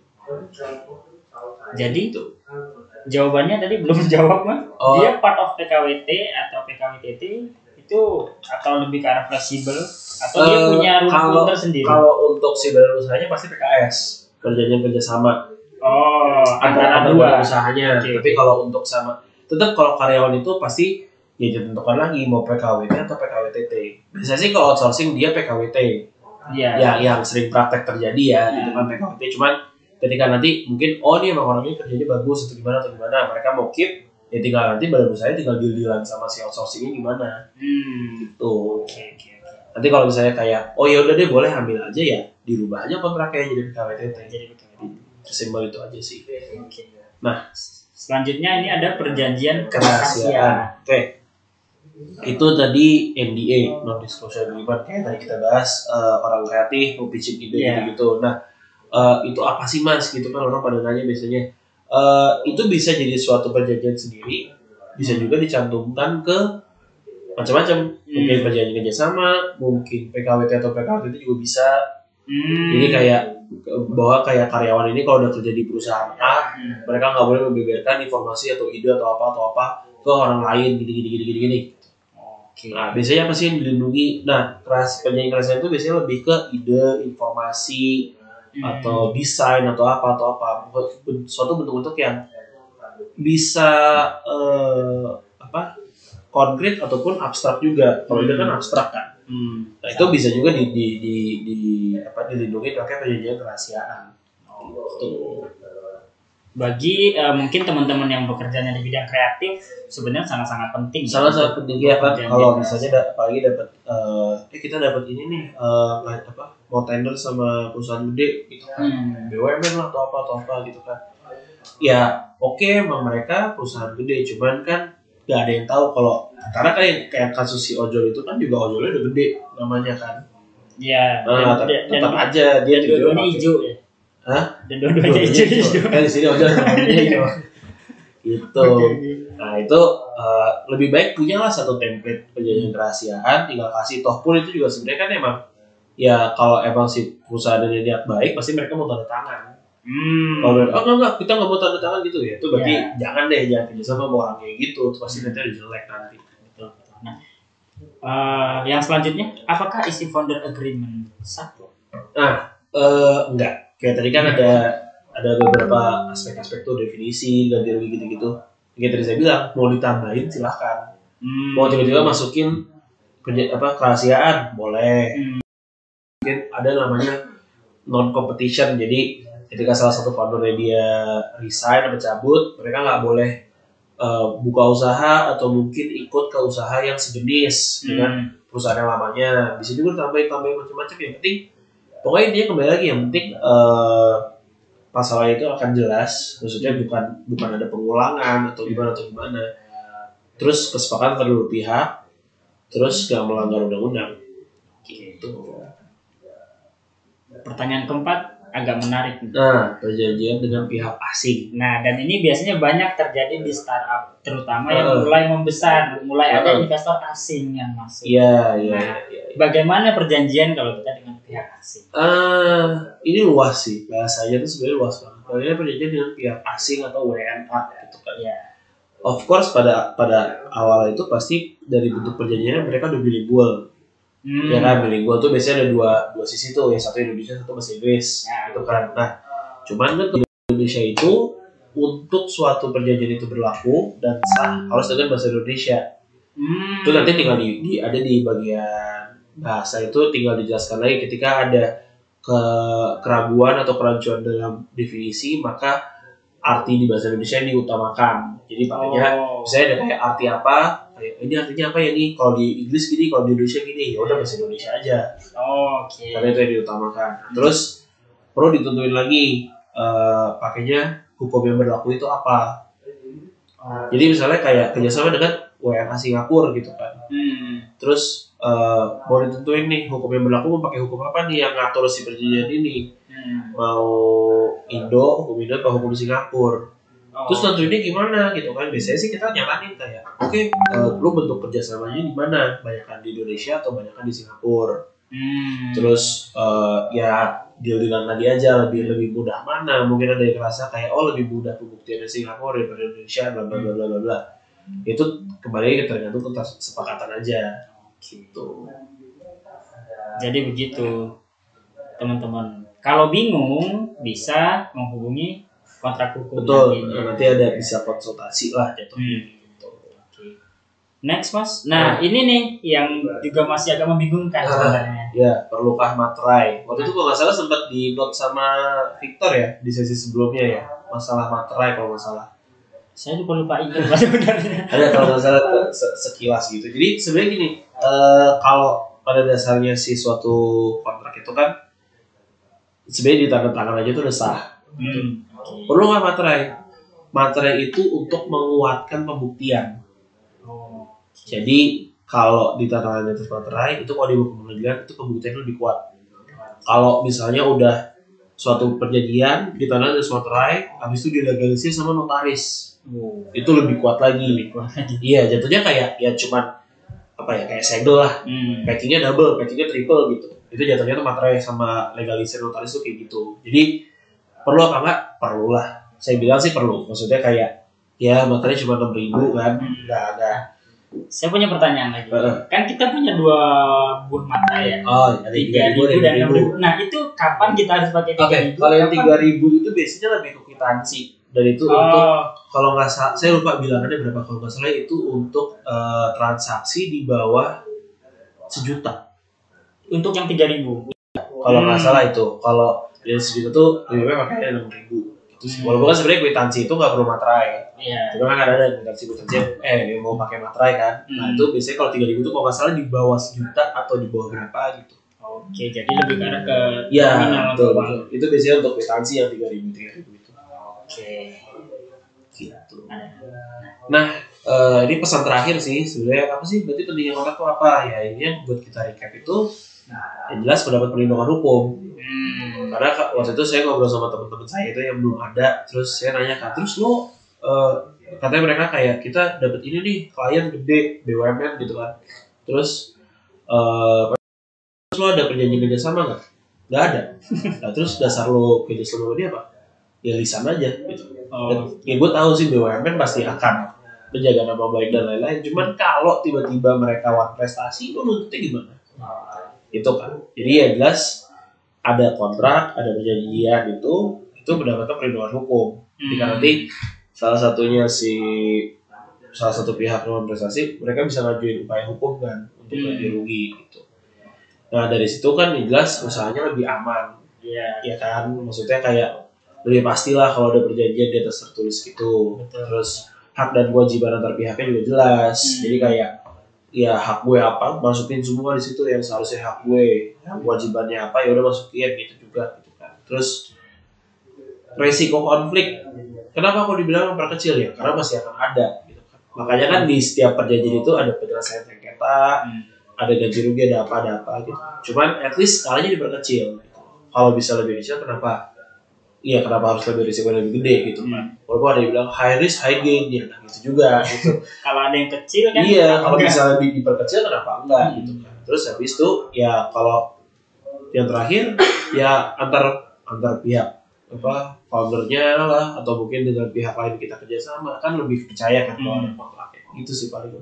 Jadi itu jawabannya tadi belum jawab mah. Oh. Dia part of P K W T atau P K W T T itu atau lebih ke arah fleksibel atau dia Eh, punya rumput kalau- tersendiri. Kalau untuk si badan usahanya pasti P K S, perjanjian kerjasama Oh, antara antara dua. badan usahanya. Oke. Tapi kalau untuk sama, tetap kalau karyawan itu pasti ya ditentukan lagi mau P K W T atau P K W T T. Biasanya sih kalau outsourcing dia P K W T. Iya. Ya, yang sering praktek terjadi ya, gitu kan P K W T. Cuman ketika nanti mungkin oh nih emang orang ini kerjanya bagus atau gimana atau gimana, mereka mau keep, ya tinggal nanti badan usahanya tinggal deal-dealan sama si outsourcingnya gimana Hmm. gitu. Oke, oke, oke. Nanti kalau misalnya kayak oh ya udah deh boleh ambil aja, ya dirubah aja kontraknya jadi P K W T T. Jadi P K W T. Sesimpel itu aja sih. Oke. Nah, Selanjutnya ini ada perjanjian kerahasiaan. Oke. Itu tadi N D A, non disclosure agreement, kayak tadi kita bahas eh, orang kreatif mau pitching ide Iya. gitu. Nah, eh, itu apa sih Mas? Gitu kan orang pada nanya biasanya. Eh, itu bisa jadi suatu perjanjian sendiri, bisa juga dicantumkan ke macam-macam. Mungkin Hmm. perjanjian kerjasama, mungkin P K W T atau P K W T itu juga bisa. Hmm. Jadi kayak bahwa kayak karyawan ini kalau udah kerja di perusahaan A, Hmm. mereka nggak boleh membeberkan informasi atau ide atau apa atau apa ke orang lain gini gini gini gini gini. Oke. Nah, biasanya apa sih yang dilindungi? Nah, keras perjanjian kerjasama itu biasanya lebih ke ide, informasi, Hmm. atau desain atau apa atau apa. Suatu bentuk-bentuk yang bisa eh, apa? Konkret ataupun abstrak juga. Kalau itu kan abstrak kan. Hmm. Nah, itu bisa juga di di di, di apa dilindungi pakai perjanjian kerahasiaan. Gitu. Bagi eh, mungkin teman-teman yang bekerjanya di bidang kreatif sebenarnya sangat-sangat penting. Sangat-sangat penting ya kan, Perjanjian kalau kerjasama. misalnya da- apalagi dapat eh eh, kita dapat ini nih eh, apa mau tender sama perusahaan gede gitu kan, Hmm. B U M N lah atau apa atau apa gitu kan. Ya oke emang mereka perusahaan gede, cuman kan nggak ada yang tahu kalau karena kayak kayak kasus si ojol itu kan juga ojolnya udah gede namanya kan. Ya. Nah, dan, tet- dan, tetap dan, aja dia dan dua-duanya hijau ya. Hah? Dan dua-duanya hijau hijau. Kan di sini ojol sama dia hijau. Gitu. Nah itu eh, lebih baik punyalah satu template perjanjian kerahasiaan, tinggal kasih. Toh pun itu juga sebenarnya kan emang ya kalau emang si perusahaan ini niat baik pasti mereka mau tanda tangan. Hmm. Kalau mereka, oh enggak enggak kita nggak mau tanda tangan gitu ya, itu berarti Ya. jangan deh jangan kerjasama sama orang kayak gitu, itu pasti nanti ada jelek nanti. Betul, betul. Nah, eh, yang selanjutnya, apakah isi founder agreement satu? Nah eh, enggak, kayak tadi kan ada ada beberapa aspek-aspek tuh definisi ganti rugi gitu-gitu. Kayak tadi saya bilang mau ditambahin silahkan. Hmm. Mau tiba-tiba masukin kerja apa kerahasiaan boleh. Hmm. Mungkin ada namanya non competition, jadi ketika salah satu foundernya dia resign atau cabut, mereka nggak boleh uh, buka usaha atau mungkin ikut ke usaha yang sejenis dengan perusahaan yang lamanya. Bisa juga tambahin tambahin macam-macam, yang penting pokoknya dia kembali lagi yang penting uh, masalah itu akan jelas, maksudnya bukan bukan ada pengulangan atau gimana atau gimana. Terus kesepakatan kedua pihak, terus nggak melanggar undang-undang. Gitu. Pertanyaan keempat agak menarik nih. Nah, perjanjian dengan pihak asing. Nah, dan ini biasanya banyak terjadi di startup, terutama yang Uh. mulai membesar, mulai ada Uh. investor asing yang masuk. Iya, iya. Nah, iya. bagaimana perjanjian kalau kita dengan pihak asing? Ah, ini luas sih, bahasanya tuh sebenarnya luas banget. Kalau perjanjian dengan pihak asing atau W N A gitu kan. Ya. Of course pada pada awal itu pasti dari bentuk perjanjiannya mereka udah bilingual. Hmm. Ya kan, bilingual tuh biasanya ada dua dua sisi tuh, yang satu Indonesia, satu bahasa Inggris. Ya. Gitu kan. Nah, cuman kan di Indonesia itu untuk suatu perjanjian itu berlaku dan sah harus dengan bahasa Indonesia. Hmm. Itu nanti tinggal di, di ada di bagian bahasa itu tinggal dijelaskan lagi ketika ada ke keraguan atau kerancuan dalam definisi, maka arti di bahasa Indonesia yang diutamakan. Jadi pakainya Oh. misalnya ada kayak arti apa, kayak ini artinya apa ya nih? Kalau di Inggris gini, kalau di Indonesia gini, ya udah bahasa Indonesia aja. Oh, oke. Karena itu yang diutamakan. Terus perlu ditentuin lagi eh, pakainya hukum yang berlaku itu apa. Oh. Jadi misalnya kayak kerjasama dengan W N A Singapura gitu kan. Hmm. Terus eh, mau ditentuin nih hukum yang berlaku mau pakai hukum apa nih yang ngatur si perjanjian ini. Hmm. Mau Indo, hukum Indo atau hukum Singapura. Oh. Terus tentuinnya gimana gitu kan. Biasanya sih kita nyaranin kayak oke, okay, uh, lu bentuk kerjasamanya di mana? Banyakan di Indonesia atau banyakan di Singapura. Hmm. Terus uh, ya deal-dealan tadi aja lebih lebih mudah mana? Mungkin ada yang ngerasa kayak oh lebih mudah pembuktian di Singapura daripada Indonesia bla bla bla bla bla bla. Itu kembali tergantung kesepakatan aja gitu. Jadi begitu teman-teman. Kalau bingung bisa menghubungi kontrak hukum. Betul. nantinya. Nah, nanti ada bisa konsultasi lah jatuhnya. Hmm. Next mas, nah ini nih yang juga masih agak membingungkan Ah. sebenarnya. Ya, perlukah materai? Waktu itu kalau nggak salah sempat di note sama Victor ya di sesi sebelumnya ya, masalah materai kalau nggak salah. Saya lupa lupa ingat mas sebenarnya. Ada kalau nggak salah se- sekilas gitu. Jadi sebenarnya gini, eh, kalau pada dasarnya si suatu kontrak itu kan sebenarnya ditandatangan aja itu udah sah. Hmm. Perlu nggak materai? Materai itu untuk menguatkan pembuktian. Oh. Jadi kalau di tatanan atas materai itu kalau di hukum pengadilan itu pembuktiannya lebih kuat. Kalau misalnya udah suatu perjanjian di tanah atas materai, habis itu dilegalisir sama notaris, Oh. itu lebih kuat lagi. Iya, jatuhnya kayak ya cuman apa ya kayak segel lah, Hmm. packingnya double, packingnya triple gitu. Itu jatuhnya tuh materai sama legalisir notaris tuh kayak gitu. Jadi perlu apa enggak? Perlu lah. Saya bilang sih perlu. Maksudnya kayak ya materai cuma enam ribu kan, nggak ada. Saya punya pertanyaan lagi. Uh-uh. Kan kita punya dua buah mata ya. Oh, ada tiga ribu, dan ada enam ribu. Nah itu kapan kita harus pakai tiga Oke, ribu? kalau yang Kapan? tiga ribu itu biasanya lebih ke kwitansi. Dan itu Oh. untuk kalau nggak salah, saya lupa bilangannya berapa kalau nggak salah itu untuk eh, transaksi di bawah sejuta. Untuk yang tiga ribu. Kalau nggak Hmm. salah itu, kalau dari sejuta tuh lebih baik pakainya enam ribu. Itu sih. Walaupun kan sebenarnya kwitansi itu nggak perlu materai. Iya. Cuma kan ada kwitansi kwitansi yang eh yang mau pakai materai kan. Nah Hmm. itu biasanya kalau tiga ribu tuh kalau nggak salah di bawah sejuta atau di bawah berapa gitu. Oke, jadi lebih ke arah ke Iya, nominal betul, doang. betul. Itu biasanya untuk kwitansi yang tiga ribu tiga ribu itu. Oke. Gitu. Nah, eh, ini pesan terakhir sih sebenarnya apa sih? Berarti pentingnya kontrak itu apa? Ya ini yang buat kita recap itu yang jelas mendapat perlindungan hukum. Hmm. Karena ka- waktu itu saya ngobrol sama teman-teman saya itu yang belum ada, terus saya nanya kan, terus lo eh, katanya mereka kayak kita dapat ini nih klien gede B U M N gitu kan, terus eh, terus lo ada perjanjian kerjasama nggak? Nggak ada. Nah terus dasar lo kerjasama sama dia apa? Ya lisan aja gitu. Oh. Dan, ya gue tahu sih B U M N pasti akan menjaga nama baik dan lain-lain. Cuman kalau tiba-tiba mereka wan prestasi, lo nuntutnya gimana? Itu kan. Jadi ya jelas ada kontrak, ada perjanjian itu, itu mendapatkan perlindungan hukum. Jika Hmm. nanti salah satunya si salah satu pihak non prestasi, mereka bisa ngajuin upaya hukum kan untuk Hmm. ganti rugi gitu. Nah dari situ kan jelas usahanya lebih aman. Iya. Ya kan, maksudnya kayak lebih pastilah kalau ada perjanjian di atas tertulis gitu. Betul. Terus hak dan kewajiban antar pihaknya juga jelas. Hmm. Jadi kayak ya hak gue apa masukin semua di situ yang seharusnya hak gue, yang kewajibannya apa ya udah masukin gitu juga gitu kan. Terus resiko konflik, kenapa aku dibilang memperkecil ya? Karena masih akan ada gitu kan. Makanya kan di setiap perjanjian itu ada penyelesaian sengketa, Hmm. ada ganti rugi, ada apa ada apa gitu. Cuman at least skalanya diperkecil. Gitu. Kalau bisa lebih kecil kenapa? Iya kenapa harus lebih risiko lebih gede gitu kan? Hmm. Walaupun ada yang bilang high risk high gain ya nah gitu juga gitu. Kalau ada yang kecil kan? Iya kenapa kalau enggak? bisa lebih diperkecil kenapa enggak Hmm. gitu kan? Terus habis itu ya kalau yang terakhir ya antar antar pihak apa foundernya lah atau mungkin dengan pihak lain kita kerjasama kan lebih percaya kan kalau Hmm. ada kontraknya itu sih paling.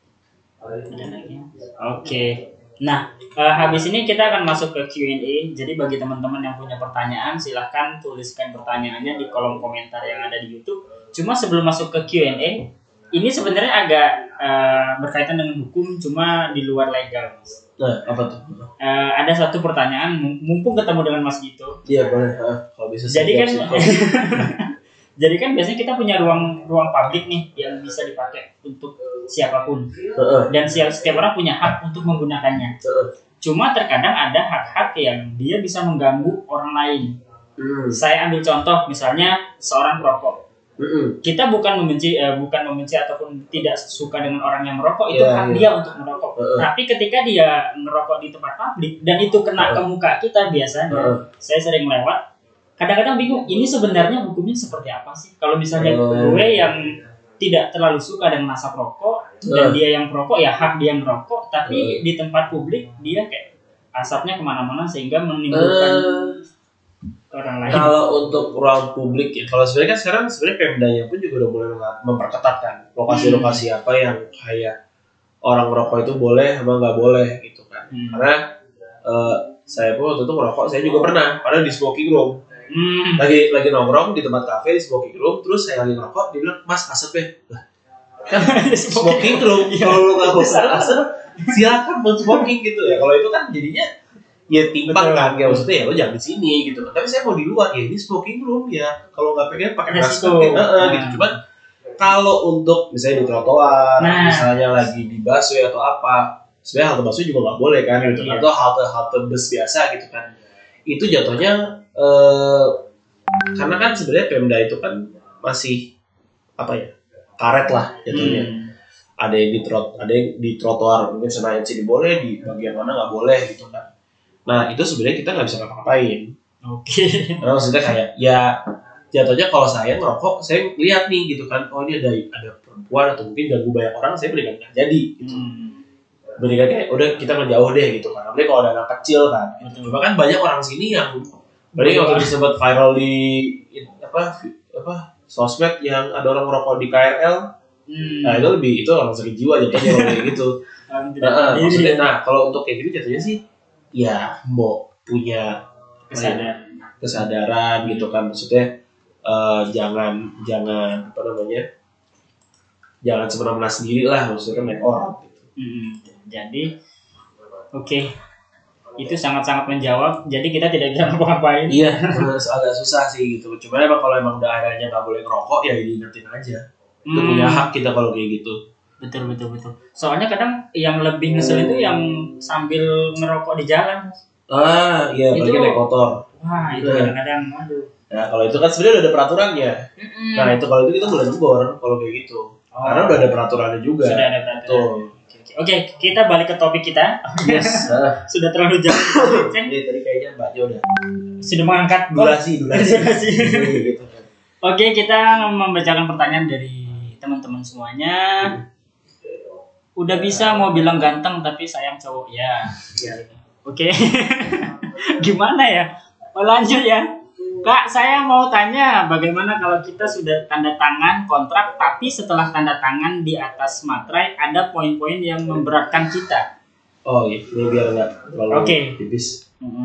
Ada lagi? Oke. Nah, eh, habis ini kita akan masuk ke Q and A. Jadi bagi teman-teman yang punya pertanyaan, silahkan tuliskan pertanyaannya di kolom komentar yang ada di YouTube. Cuma sebelum masuk ke Q and A, ini sebenarnya agak eh, berkaitan dengan hukum, cuma di luar legal. Mas. Nah apa tuh? Eh, ada satu pertanyaan, mum- mumpung ketemu dengan Mas Gito. Iya boleh ah, kalau bisa. Jadi siap, kan, siap. Jadi kan biasanya kita punya ruang ruang publik nih yang bisa dipakai untuk siapapun. Uh-uh. Dan setiap, setiap orang punya hak untuk menggunakannya. Uh-uh. Cuma terkadang ada hak-hak yang dia bisa mengganggu orang lain. Hmm. Saya ambil contoh misalnya seorang perokok. Uh-uh. Kita bukan membenci eh, bukan membenci ataupun tidak suka dengan orang yang merokok, itu Yeah, hak yeah. dia untuk merokok. Uh-uh. Tapi ketika dia merokok di tempat publik dan itu kena ke Uh-uh. muka kita biasanya, Uh-uh. saya sering lewat. Kadang-kadang bingung, ini sebenarnya hukumnya seperti apa sih? Kalau misalnya Uh. gue yang tidak terlalu suka dengan asap rokok Uh. dan dia yang perokok, ya hak dia merokok. Tapi Uh. di tempat publik dia kayak asapnya kemana-mana sehingga menimbulkan Uh, orang lain. kalau untuk ruang publik ya, kalau sebenarnya kan sekarang sebenarnya Pemdanya pun juga udah mulai memperketat kan lokasi-lokasi apa yang kayak orang merokok itu boleh sama nggak boleh gitu kan. Hmm. Karena uh, saya pun waktu itu merokok, saya juga pernah, padahal di smoking room. Hmm. lagi lagi nongkrong di tempat kafe di smoking room, terus saya lagi ngerokok, dia bilang, mas asap ya. Lah, kan smoking room, kalau lu nggak bisa asap silakan mau smoking gitu ya. Kalau itu kan jadinya ya timpang kan, kayak maksudnya ya lo jangan di sini gitu. Tapi saya mau di luar, ya ini smoking room ya, kalau nggak pengen pakai masker ya, uh, gitu. Cuman kalau untuk misalnya di trotoar, nah. misalnya lagi di busway atau apa, sebenarnya halte busway juga nggak boleh kan gitu, Iya. atau halte halte bus biasa gitu kan. Itu jatuhnya eh, karena kan sebenarnya Pemda itu kan masih apa ya, karet lah jatuhnya. Hmm. Ada yang di trot, ada yang di trotoar mungkin Senayan sini boleh, di bagian mana nggak boleh gitu kan. Nah itu sebenarnya kita nggak bisa ngapa-ngapain. Oke. Karena maksudnya kayak ya jatuhnya kalau saya ngerokok, saya lihat nih gitu kan, oh ini ada ada perempuan atau mungkin ganggu banyak orang, saya berikan nggak jadi gitu. Hmm. Berikan kayak udah kita ngejauh deh gitu kan. Apalagi kalau ada anak kecil kan. Betul. Cuma kan banyak orang sini yang berarti waktu disebut viral di apa apa sosmed yang ada orang merokok di K R L. Hmm. Nah itu lebih, itu orang sakit jiwa jatuhnya kalau kayak gitu. Nah, maksudnya, nah kalau untuk kayak gitu jatuhnya sih ya mau punya Kesadaran. kesadaran gitu kan, maksudnya uh, jangan jangan apa namanya jangan semena-mena sendiri lah, maksudnya naik orang gitu. Hmm. Jadi oke okay. Itu sangat-sangat menjawab. Jadi kita tidak bisa ngapa-ngapain. Iya, agak susah sih gitu. Cuma emang kalau emang udah adanya nggak boleh ngerokok ya diingetin aja. Itu Hmm. punya hak kita kalau kayak gitu. Betul betul betul. Soalnya kadang yang lebih ngesel itu yang sambil ngerokok di jalan. Ah, iya, apalagi Itu- naik motor. Wah itu Iya. kadang-kadang aduh. Nah, kalau itu kan sebenarnya udah ada peraturannya. Mm-mm. Nah, itu kalau itu kita boleh negor kalau kayak gitu. Oh. Karena udah ada peraturannya juga. Sudah ada peraturan. Tuh. Oke, oke. Oke, kita balik ke topik kita. Yes. Nah, Sudah terlalu jauh. Ceng. ini tadi kayaknya Mbaknya udah Sudah mengangkat durasi, durasi. Durasi. gitu. Oke, kita membacakan pertanyaan dari teman-teman semuanya. Udah bisa mau bilang ganteng tapi sayang cowok ya. Ya. Oke. Gimana ya? Oh, lanjut ya. Kak, saya mau tanya bagaimana kalau kita sudah tanda tangan kontrak tapi setelah tanda tangan di atas materai ada poin-poin yang memberatkan kita. Oh iya, ini biar nggak terlalu Oke. tipis. Mm-mm.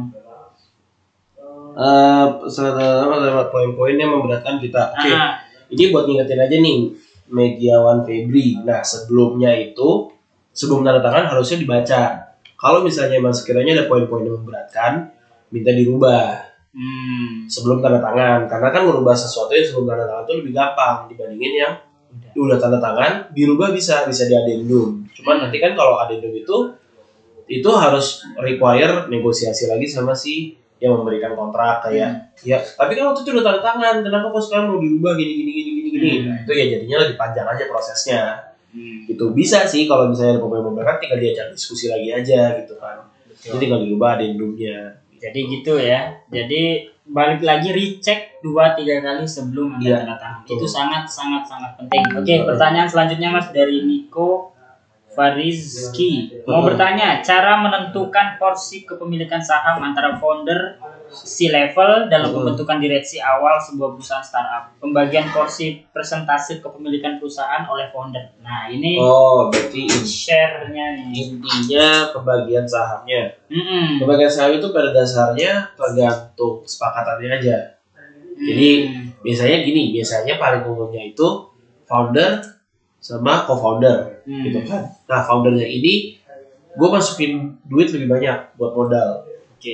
Eh, uh, poin-poin yang memberatkan kita. Oke. Ah, Ini buat ngingetin aja nih, Mediawan Febri. Nah, sebelumnya itu, sebelum tanda tangan harusnya dibaca. Kalau misalnya emang sekiranya ada poin-poin yang memberatkan, minta dirubah hmm, sebelum tanda tangan. Karena kan merubah sesuatu yang sebelum tanda tangan itu lebih gampang dibandingin yang udah. udah tanda tangan, dirubah bisa, bisa di addendum. Cuman nanti kan kalau addendum itu, itu harus require negosiasi lagi sama si yang memberikan kontrak kayak ya tapi kan waktu itu udah tanda tangan, kenapa kok sekarang mau dirubah gini gini gini gini gini. Hmm. Itu ya jadinya lebih panjang aja prosesnya. Hmm. Gitu bisa sih kalau misalnya ada pemain-pemain kan tinggal diajak diskusi lagi aja gitu kan. Jadi tinggal dirubah addendumnya. Jadi gitu ya. Jadi balik lagi recheck dua tiga kali sebelum Anda Iya, tanda tangan. betul. Itu sangat sangat sangat penting. Oke, pertanyaan selanjutnya Mas dari Niko Farizki. Mau Hmm. bertanya, cara menentukan porsi kepemilikan saham antara founder C-level dalam Hmm. pembentukan direksi awal sebuah perusahaan startup. Pembagian porsi persentase kepemilikan perusahaan oleh founder. Nah, ini Oh, berarti in- share-nya nih. intinya pembagian sahamnya. Mm-mm. Pembagian saham itu pada dasarnya tergantung kesepakatannya aja. Jadi Hmm. biasanya gini, biasanya paling umumnya itu founder sama co-founder, Hmm. gitu kan. Nah, foundernya ini gue masukin duit lebih banyak buat modal. Oke.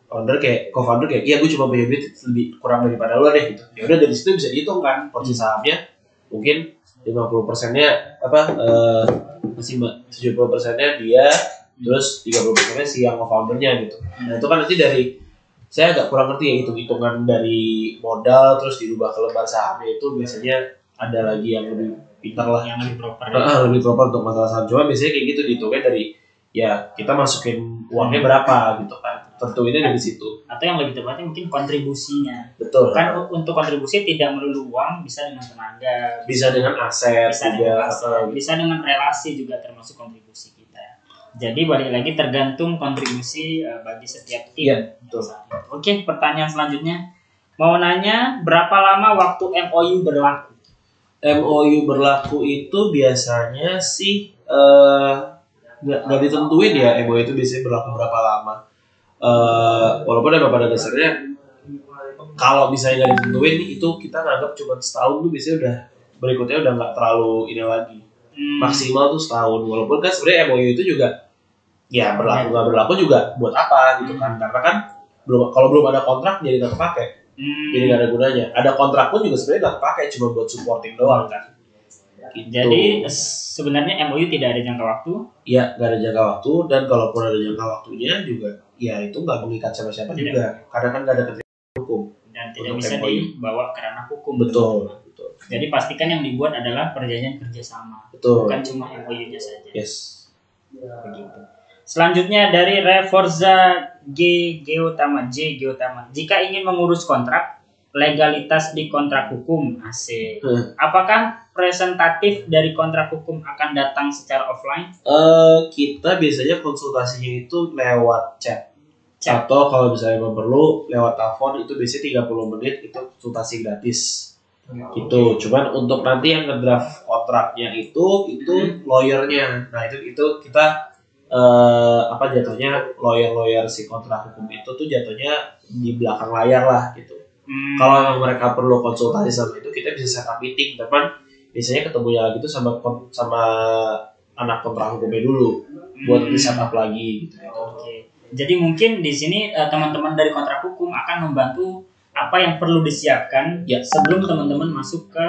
founder kayak co-founder kayak iya gue cuma punya duit lebih kurang daripada lo deh gitu. Ya udah dari situ bisa dihitung kan porsi sahamnya mungkin lima puluh persennya apa eh masih mbak tujuh puluh persennya dia terus tiga puluh persennya si yang co-foundernya gitu. Nah itu kan nanti dari saya agak kurang ngerti ya hitung-hitungan dari modal terus dirubah ke lembar sahamnya itu biasanya ada lagi yang lebih pintar lah yang lebih proper ya. lebih proper untuk masalah saham cuma biasanya kayak gitu dihitungnya dari ya kita masukin uangnya berapa gitu kan tentuinnya dari situ atau yang lebih tepatnya mungkin kontribusinya betul kan untuk kontribusi tidak melulu uang bisa dengan tenaga bisa dengan aset bisa juga, dengan aset, atau bisa dengan relasi juga termasuk kontribusi kita jadi balik lagi tergantung kontribusi uh, bagi setiap tim iya, betul. Oke pertanyaan selanjutnya mau nanya berapa lama waktu M O U berlaku M O U berlaku itu biasanya sih uh, nggak nggak ditentuin ya M O U itu biasanya berlaku berapa lama uh, walaupun emang pada dasarnya kalau misalnya nggak ditentuin itu kita nganggap cuma setahun tuh biasanya udah berikutnya udah nggak terlalu ini lagi hmm. maksimal tuh setahun walaupun kan sebenarnya M O U itu juga ya berlaku nggak berlaku juga buat apa gitu kan karena kan belum kalau belum ada kontrak jadi nggak kepake hmm. jadi nggak ada gunanya ada kontrak pun juga sebenarnya nggak kepake cuma buat supporting doang kan gitu. Jadi sebenarnya M O U tidak ada jangka waktu? Iya, nggak ada jangka waktu dan kalaupun ada jangka waktunya juga, ya itu nggak mengikat siapa-siapa juga, karena kan nggak ada ketentuan hukum dan tidak bisa M O U dibawa ke ranah hukum. Betul, betul. Jadi pastikan yang dibuat adalah perjanjian kerjasama, betul. Bukan cuma M O U-nya saja. Yes. Begitu. Selanjutnya dari Reforza G Geotama J Geotama, jika ingin mengurus kontrak, legalitas di kontrak hukum A C. Hmm. Apakah presentatif dari kontrak hukum akan datang secara offline? Uh, kita biasanya konsultasinya itu lewat chat. chat. Atau kalau misalnya mau perlu lewat telepon itu biasanya tiga puluh menit itu konsultasi gratis. Oh, gitu. Okay. Cuman untuk nanti yang ngedraft kontraknya itu itu hmm. lawyernya. Nah, itu itu kita uh, apa jatuhnya lawyer-lawyer si kontrak hukum itu tuh jatuhnya di belakang layar lah gitu. Hmm. Kalau mereka perlu konsultasi sama itu kita bisa set up meeting, teman. Biasanya ketemunya lagi tuh sama sama anak kontrak hukumnya dulu buat hmm. di setup lagi gitu. Oke. Okay. Jadi mungkin di sini uh, teman-teman dari kontrak hukum akan membantu apa yang perlu disiapkan ya. Sebelum teman-teman masuk ke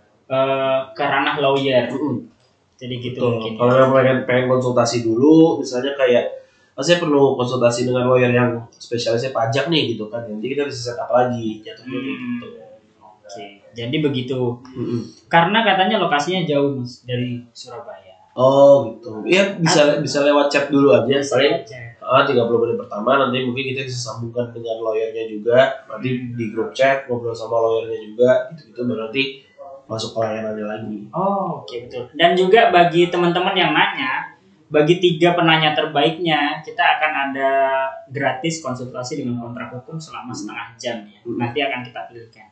uh, ke ranah lawyer. Hmm. Jadi gitu Betul. Mungkin. Kalau yang pengen, pengen konsultasi dulu, misalnya kayak saya perlu konsultasi dengan lawyer yang spesialisnya pajak nih gitu kan. Nanti kita bisa setup lagi jatuhnya hmm. gitu. Oke, jadi begitu. Mm-hmm. Karena katanya lokasinya jauh mas dari Surabaya. Oh gitu. Iya bisa At- bisa lewat chat dulu aja. Paling ah tiga puluh menit pertama nanti mungkin kita bisa sambungkan dengan lawyernya juga. Nanti di grup chat ngobrol sama lawyernya juga. Gitu-gitu berarti masuk ke layanannya lagi. Oh oke okay, betul. Dan juga bagi teman-teman yang nanya, bagi tiga penanya terbaiknya kita akan ada gratis konsultasi dengan kontrak hukum selama setengah jam ya. Mm-hmm. Nanti akan kita pilihkan.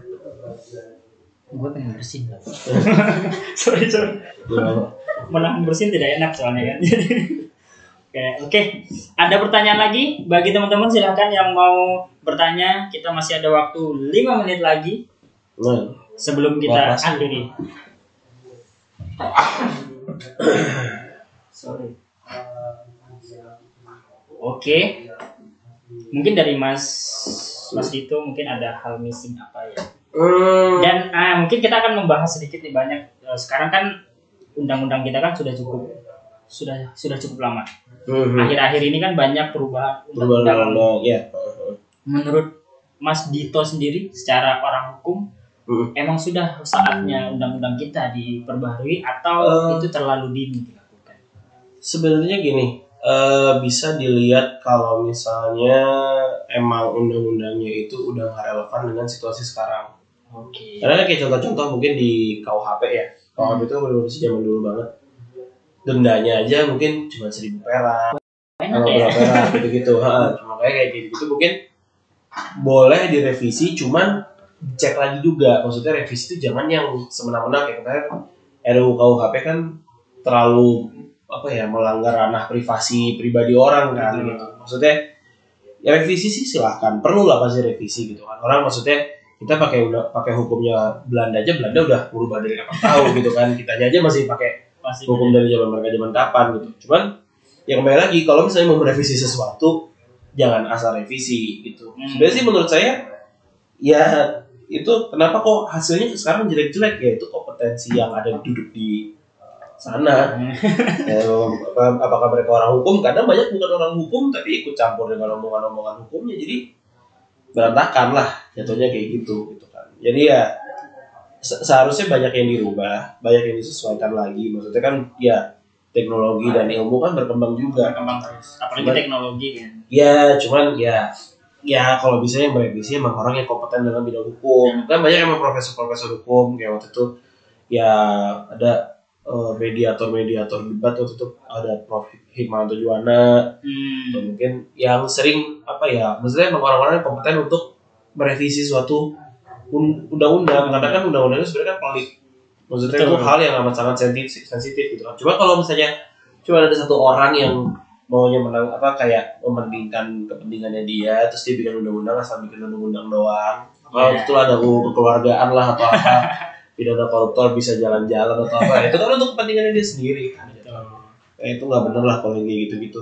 Gue pengen bersin. sorry sorry. Menahan bersin tidak enak soalnya kan. Oke oke. Ada pertanyaan lagi bagi teman-teman silakan yang mau bertanya. Kita masih ada waktu lima menit lagi sebelum kita akhiri. Sorry. Oke. Mungkin dari Mas Mas Dito mungkin ada hal missing apa ya? Hmm. Dan ah, mungkin kita akan membahas sedikit nih banyak. Sekarang kan undang-undang kita kan sudah cukup sudah sudah cukup lama. Hmm. Akhir-akhir ini kan banyak perubahan undang-undang. Ya. Menurut Mas Dito sendiri secara orang hukum, hmm. emang sudah saatnya undang-undang kita diperbaharui atau uh, itu terlalu dini dilakukan? Sebenarnya gini. Uh, bisa dilihat kalau misalnya emang undang-undangnya itu udah nggak relevan dengan situasi sekarang. Oke. Okay. Karena kayak contoh-contoh mungkin di K U H P ya. K U H P hmm. itu benar-benar zaman dulu banget. Dendanya aja mungkin cuma seribu perak. Kalau berapa perak gitu-gitu. Ha, cuma kayak kayak gitu-gitu mungkin boleh direvisi, cuman cek lagi juga. Maksudnya revisi itu jangan yang semena-mena kayak kemarin R U U K U H P kan terlalu apa ya melanggar ranah privasi pribadi orang kan hmm. gitu. Maksudnya ya revisi sih silahkan, perlu lah pasti revisi gitu kan. Orang maksudnya kita pakai udah pakai hukumnya Belanda aja, Belanda udah berubah dari kapan tahu gitu kan. Kitanya aja masih pakai masih hukum bener. Dari zaman mereka zaman kapan gitu. Cuman yang kembali lagi kalau misalnya mau merevisi sesuatu jangan asal revisi gitu. Hmm. Sebenarnya sih menurut saya ya itu kenapa kok hasilnya sekarang jelek-jelek ya itu kompetensi yang ada duduk di sana. Ya, apakah mereka orang hukum? Kadang banyak bukan orang hukum tapi ikut campur dengan omongan-omongan hukumnya, jadi berantakan lah jatuhnya kayak gitu gitu kan. Jadi ya se- seharusnya banyak yang dirubah, banyak yang disesuaikan lagi. Maksudnya kan ya teknologi dan ilmu kan berkembang juga. Berkembang terus. Apalagi Cuman- teknologi kan. Ya cuman ya ya kalau bisa yang merevisi emang orang yang kompeten dalam bidang hukum. Kan banyak emang profesor-profesor hukum kayak waktu itu ya ada eh, mediator-mediator debat waktu itu ada Prof Hikmahanto Juwana. Hmm. Atau mungkin yang sering apa ya, maksudnya emang orang-orang yang kompeten untuk merevisi suatu un- undang-undang, karena kan undang-undang itu sebenarnya kan pelik, maksudnya itu Betul. hal yang amat sangat sensitif, sensitif gitu kan. Coba kalau misalnya cuma ada satu orang yang maunya menang apa kayak mementingkan kepentingannya dia, terus dia bikin undang-undang asal bikin undang-undang doang, kalau Yeah. itu ada U U kekeluargaan lah atau apa, pidana koruptor bisa jalan-jalan atau apa, itu kan untuk kepentingannya dia sendiri kan. Eh, itu nggak bener lah kalau yang kayak gitu-gitu.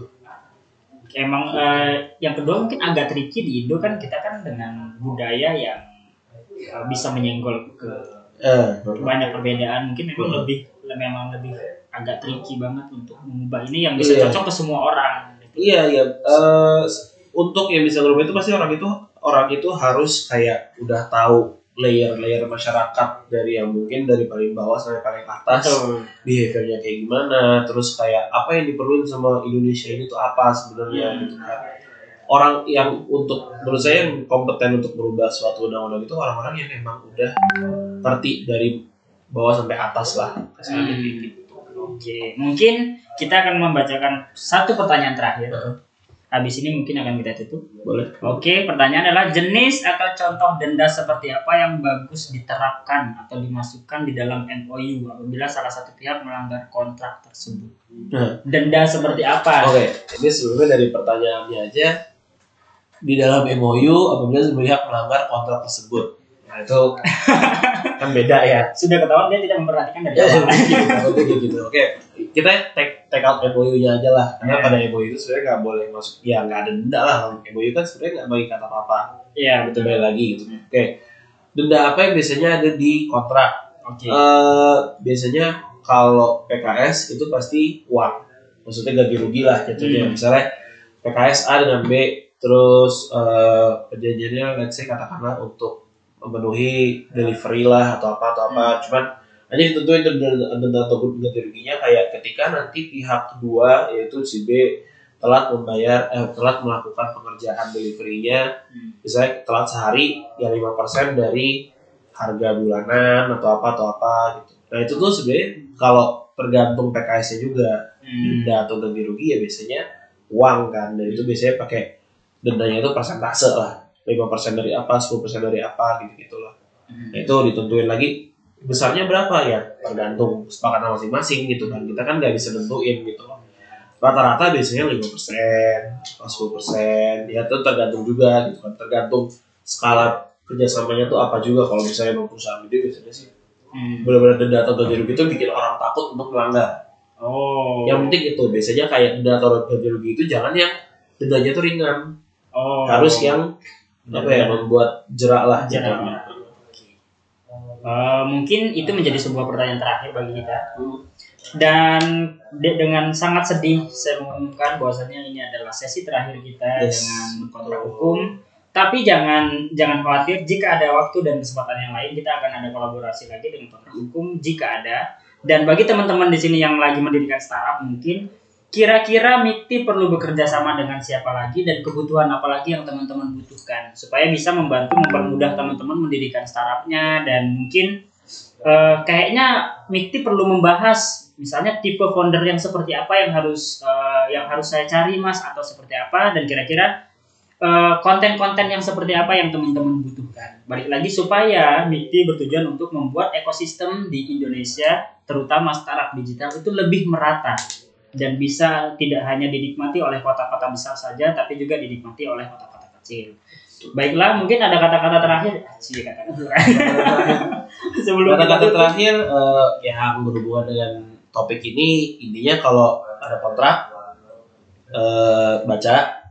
Emang eh, yang kedua mungkin agak tricky di Indo kan, kita kan dengan budaya yang eh, bisa menyenggol ke Eh, banyak perbedaan, mungkin memang Hmm. lebih memang lebih agak tricky banget untuk mengubah ini yang bisa Iya. cocok ke semua orang gitu. Iya iya. Eh, untuk yang bisa ngerubah itu pasti orang itu orang itu harus kayak udah tahu layer-layer masyarakat dari yang mungkin dari paling bawah sampai paling atas, Betul. behaviornya kayak gimana, terus kayak apa yang diperluin sama Indonesia ini tuh apa sebenarnya Hmm. gitu kan. Orang yang untuk menurut saya yang kompeten untuk merubah suatu undang-undang itu orang-orang yang memang udah ngerti dari bawah sampai atas lah. Kesannya Hmm. kayak gitu. Oke, mungkin kita akan membacakan satu pertanyaan terakhir. Habis ini mungkin akan kita tutup. Boleh. Oke, pertanyaan adalah jenis atau contoh denda seperti apa yang bagus diterapkan atau dimasukkan di dalam M O U apabila salah satu pihak melanggar kontrak tersebut. Nah. Denda seperti apa? Oke, ini sebelumnya dari pertanyaannya aja, di dalam M O U apabila pihak melanggar kontrak tersebut, nah itu kan beda ya. Sudah ketahuan dia tidak memperhatikan dari Ya, awal. gitu, gitu, gitu. Oke, kita take take out M O U-nya aja lah, karena Ya. pada M O U itu sebenarnya nggak boleh masuk, ya nggak ada denda lah. M O U kan sebenarnya nggak bagi kata apa-apa, Iya, itu betul. balik lagi gitu. Oke, denda apa yang biasanya ada di kontrak? Oke. Eh, biasanya kalau P K S itu pasti uang, maksudnya ganti rugi lah jatuhnya. Hmm. Misalnya P K S A dengan B, terus eh, perjanjiannya let's say katakanlah untuk memenuhi delivery lah atau apa atau apa, cuman hanya ditentuin denda denda atau ganti ruginya kayak ketika nanti pihak kedua yaitu si B telat membayar eh, telat melakukan pengerjaan deliverynya, Hmm. misalnya telat sehari ya lima persen dari harga bulanan atau apa atau apa gitu. Nah itu tuh sebenarnya kalau tergantung P K S-nya juga, Hmm. denda atau ganti rugi ya biasanya uang kan, dan itu biasanya pakai dendanya itu persentase lah, lima persen dari apa, sepuluh persen dari apa gitu-gitu lah. Hmm. Nah itu ditentuin lagi besarnya berapa ya, tergantung kesepakatan masing-masing gitu kan, kita kan nggak bisa nentuin gitu loh. Rata-rata biasanya lima persen atau sepuluh persen, ya itu tergantung juga gitu kan, tergantung skala kerjasamanya tuh apa juga. Kalau misalnya mau perusahaan gede biasanya sih Hmm. benar-benar denda atau ganti rugi itu bikin orang takut untuk melanggar. Oh. Yang penting itu biasanya kayak denda atau ganti rugi itu jangan yang dendanya tuh ringan, Oh. harus yang apa ya, membuat jerak lah Jerak. jatuhnya. Eh, mungkin itu menjadi sebuah pertanyaan terakhir bagi kita. Dan de- dengan sangat sedih saya mengumumkan bahwasanya ini adalah sesi terakhir kita Yes. dengan kontrak hukum. Tapi jangan jangan khawatir, jika ada waktu dan kesempatan yang lain kita akan ada kolaborasi lagi dengan kontrak hukum jika ada. Dan bagi teman-teman di sini yang lagi mendirikan startup, mungkin kira-kira Mikti perlu bekerja sama dengan siapa lagi dan kebutuhan apa lagi yang teman-teman butuhkan supaya bisa membantu mempermudah teman-teman mendirikan startupnya. Dan mungkin eh, kayaknya Mikti perlu membahas misalnya tipe founder yang seperti apa yang harus eh, yang harus saya cari Mas, atau seperti apa, dan kira-kira eh, konten-konten yang seperti apa yang teman-teman butuhkan. Balik lagi supaya Mikti bertujuan untuk membuat ekosistem di Indonesia terutama startup digital itu lebih merata dan bisa tidak hanya dinikmati oleh kota-kota besar saja, tapi juga dinikmati oleh kota-kota kecil. Baiklah, mungkin ada kata-kata terakhir. Sih kata-kata terakhir. Sebelum kita Kata-kata tutup. terakhir eh, yang berhubungan dengan topik ini, intinya kalau ada kontrak eh, baca,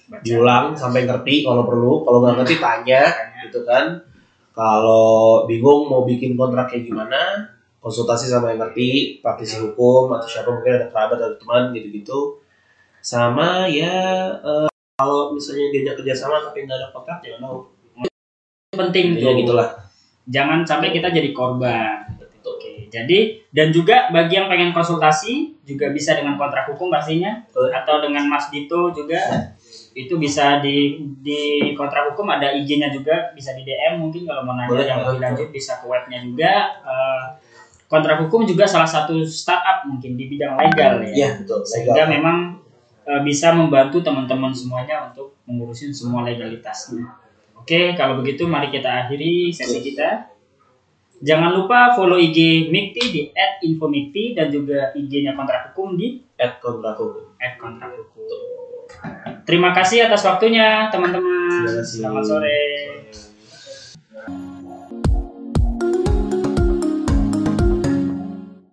Baca. diulang sampai ngerti kalau perlu, kalau nggak ngerti tanya, Tanya. gitu kan. Kalau bingung mau bikin kontrak kayak gimana, konsultasi sama yang ngerti, praktisi hukum atau siapa, mungkin ada kerabat atau teman gitu-gitu. Sama ya eh, kalau misalnya diajak kerjasama tapi nggak ada kontrak, jangan mau. Penting Ya tuh. gitulah. Jangan sampai kita jadi korban. Oke, jadi dan juga bagi yang pengen konsultasi juga bisa dengan kontrak hukum pastinya, Betul. atau dengan Mas Dito juga itu bisa di di kontrak hukum ada I G-nya juga, bisa di D M mungkin kalau mau nanya Boleh, yang lebih betul. lanjut bisa ke webnya juga. Eh, kontrak hukum juga salah satu startup mungkin di bidang legal ya, Iya betul. sehingga Legal. memang eh, bisa membantu teman-teman semuanya untuk mengurusin semua legalitasnya. Oke, kalau begitu mari kita akhiri sesi kita. Jangan lupa follow I G Mikti di et infomikti dan juga I G-nya kontrak hukum di At kontrak hukum. et kontrak hukum. Terima kasih atas waktunya teman-teman. Terima kasih. Selamat sore.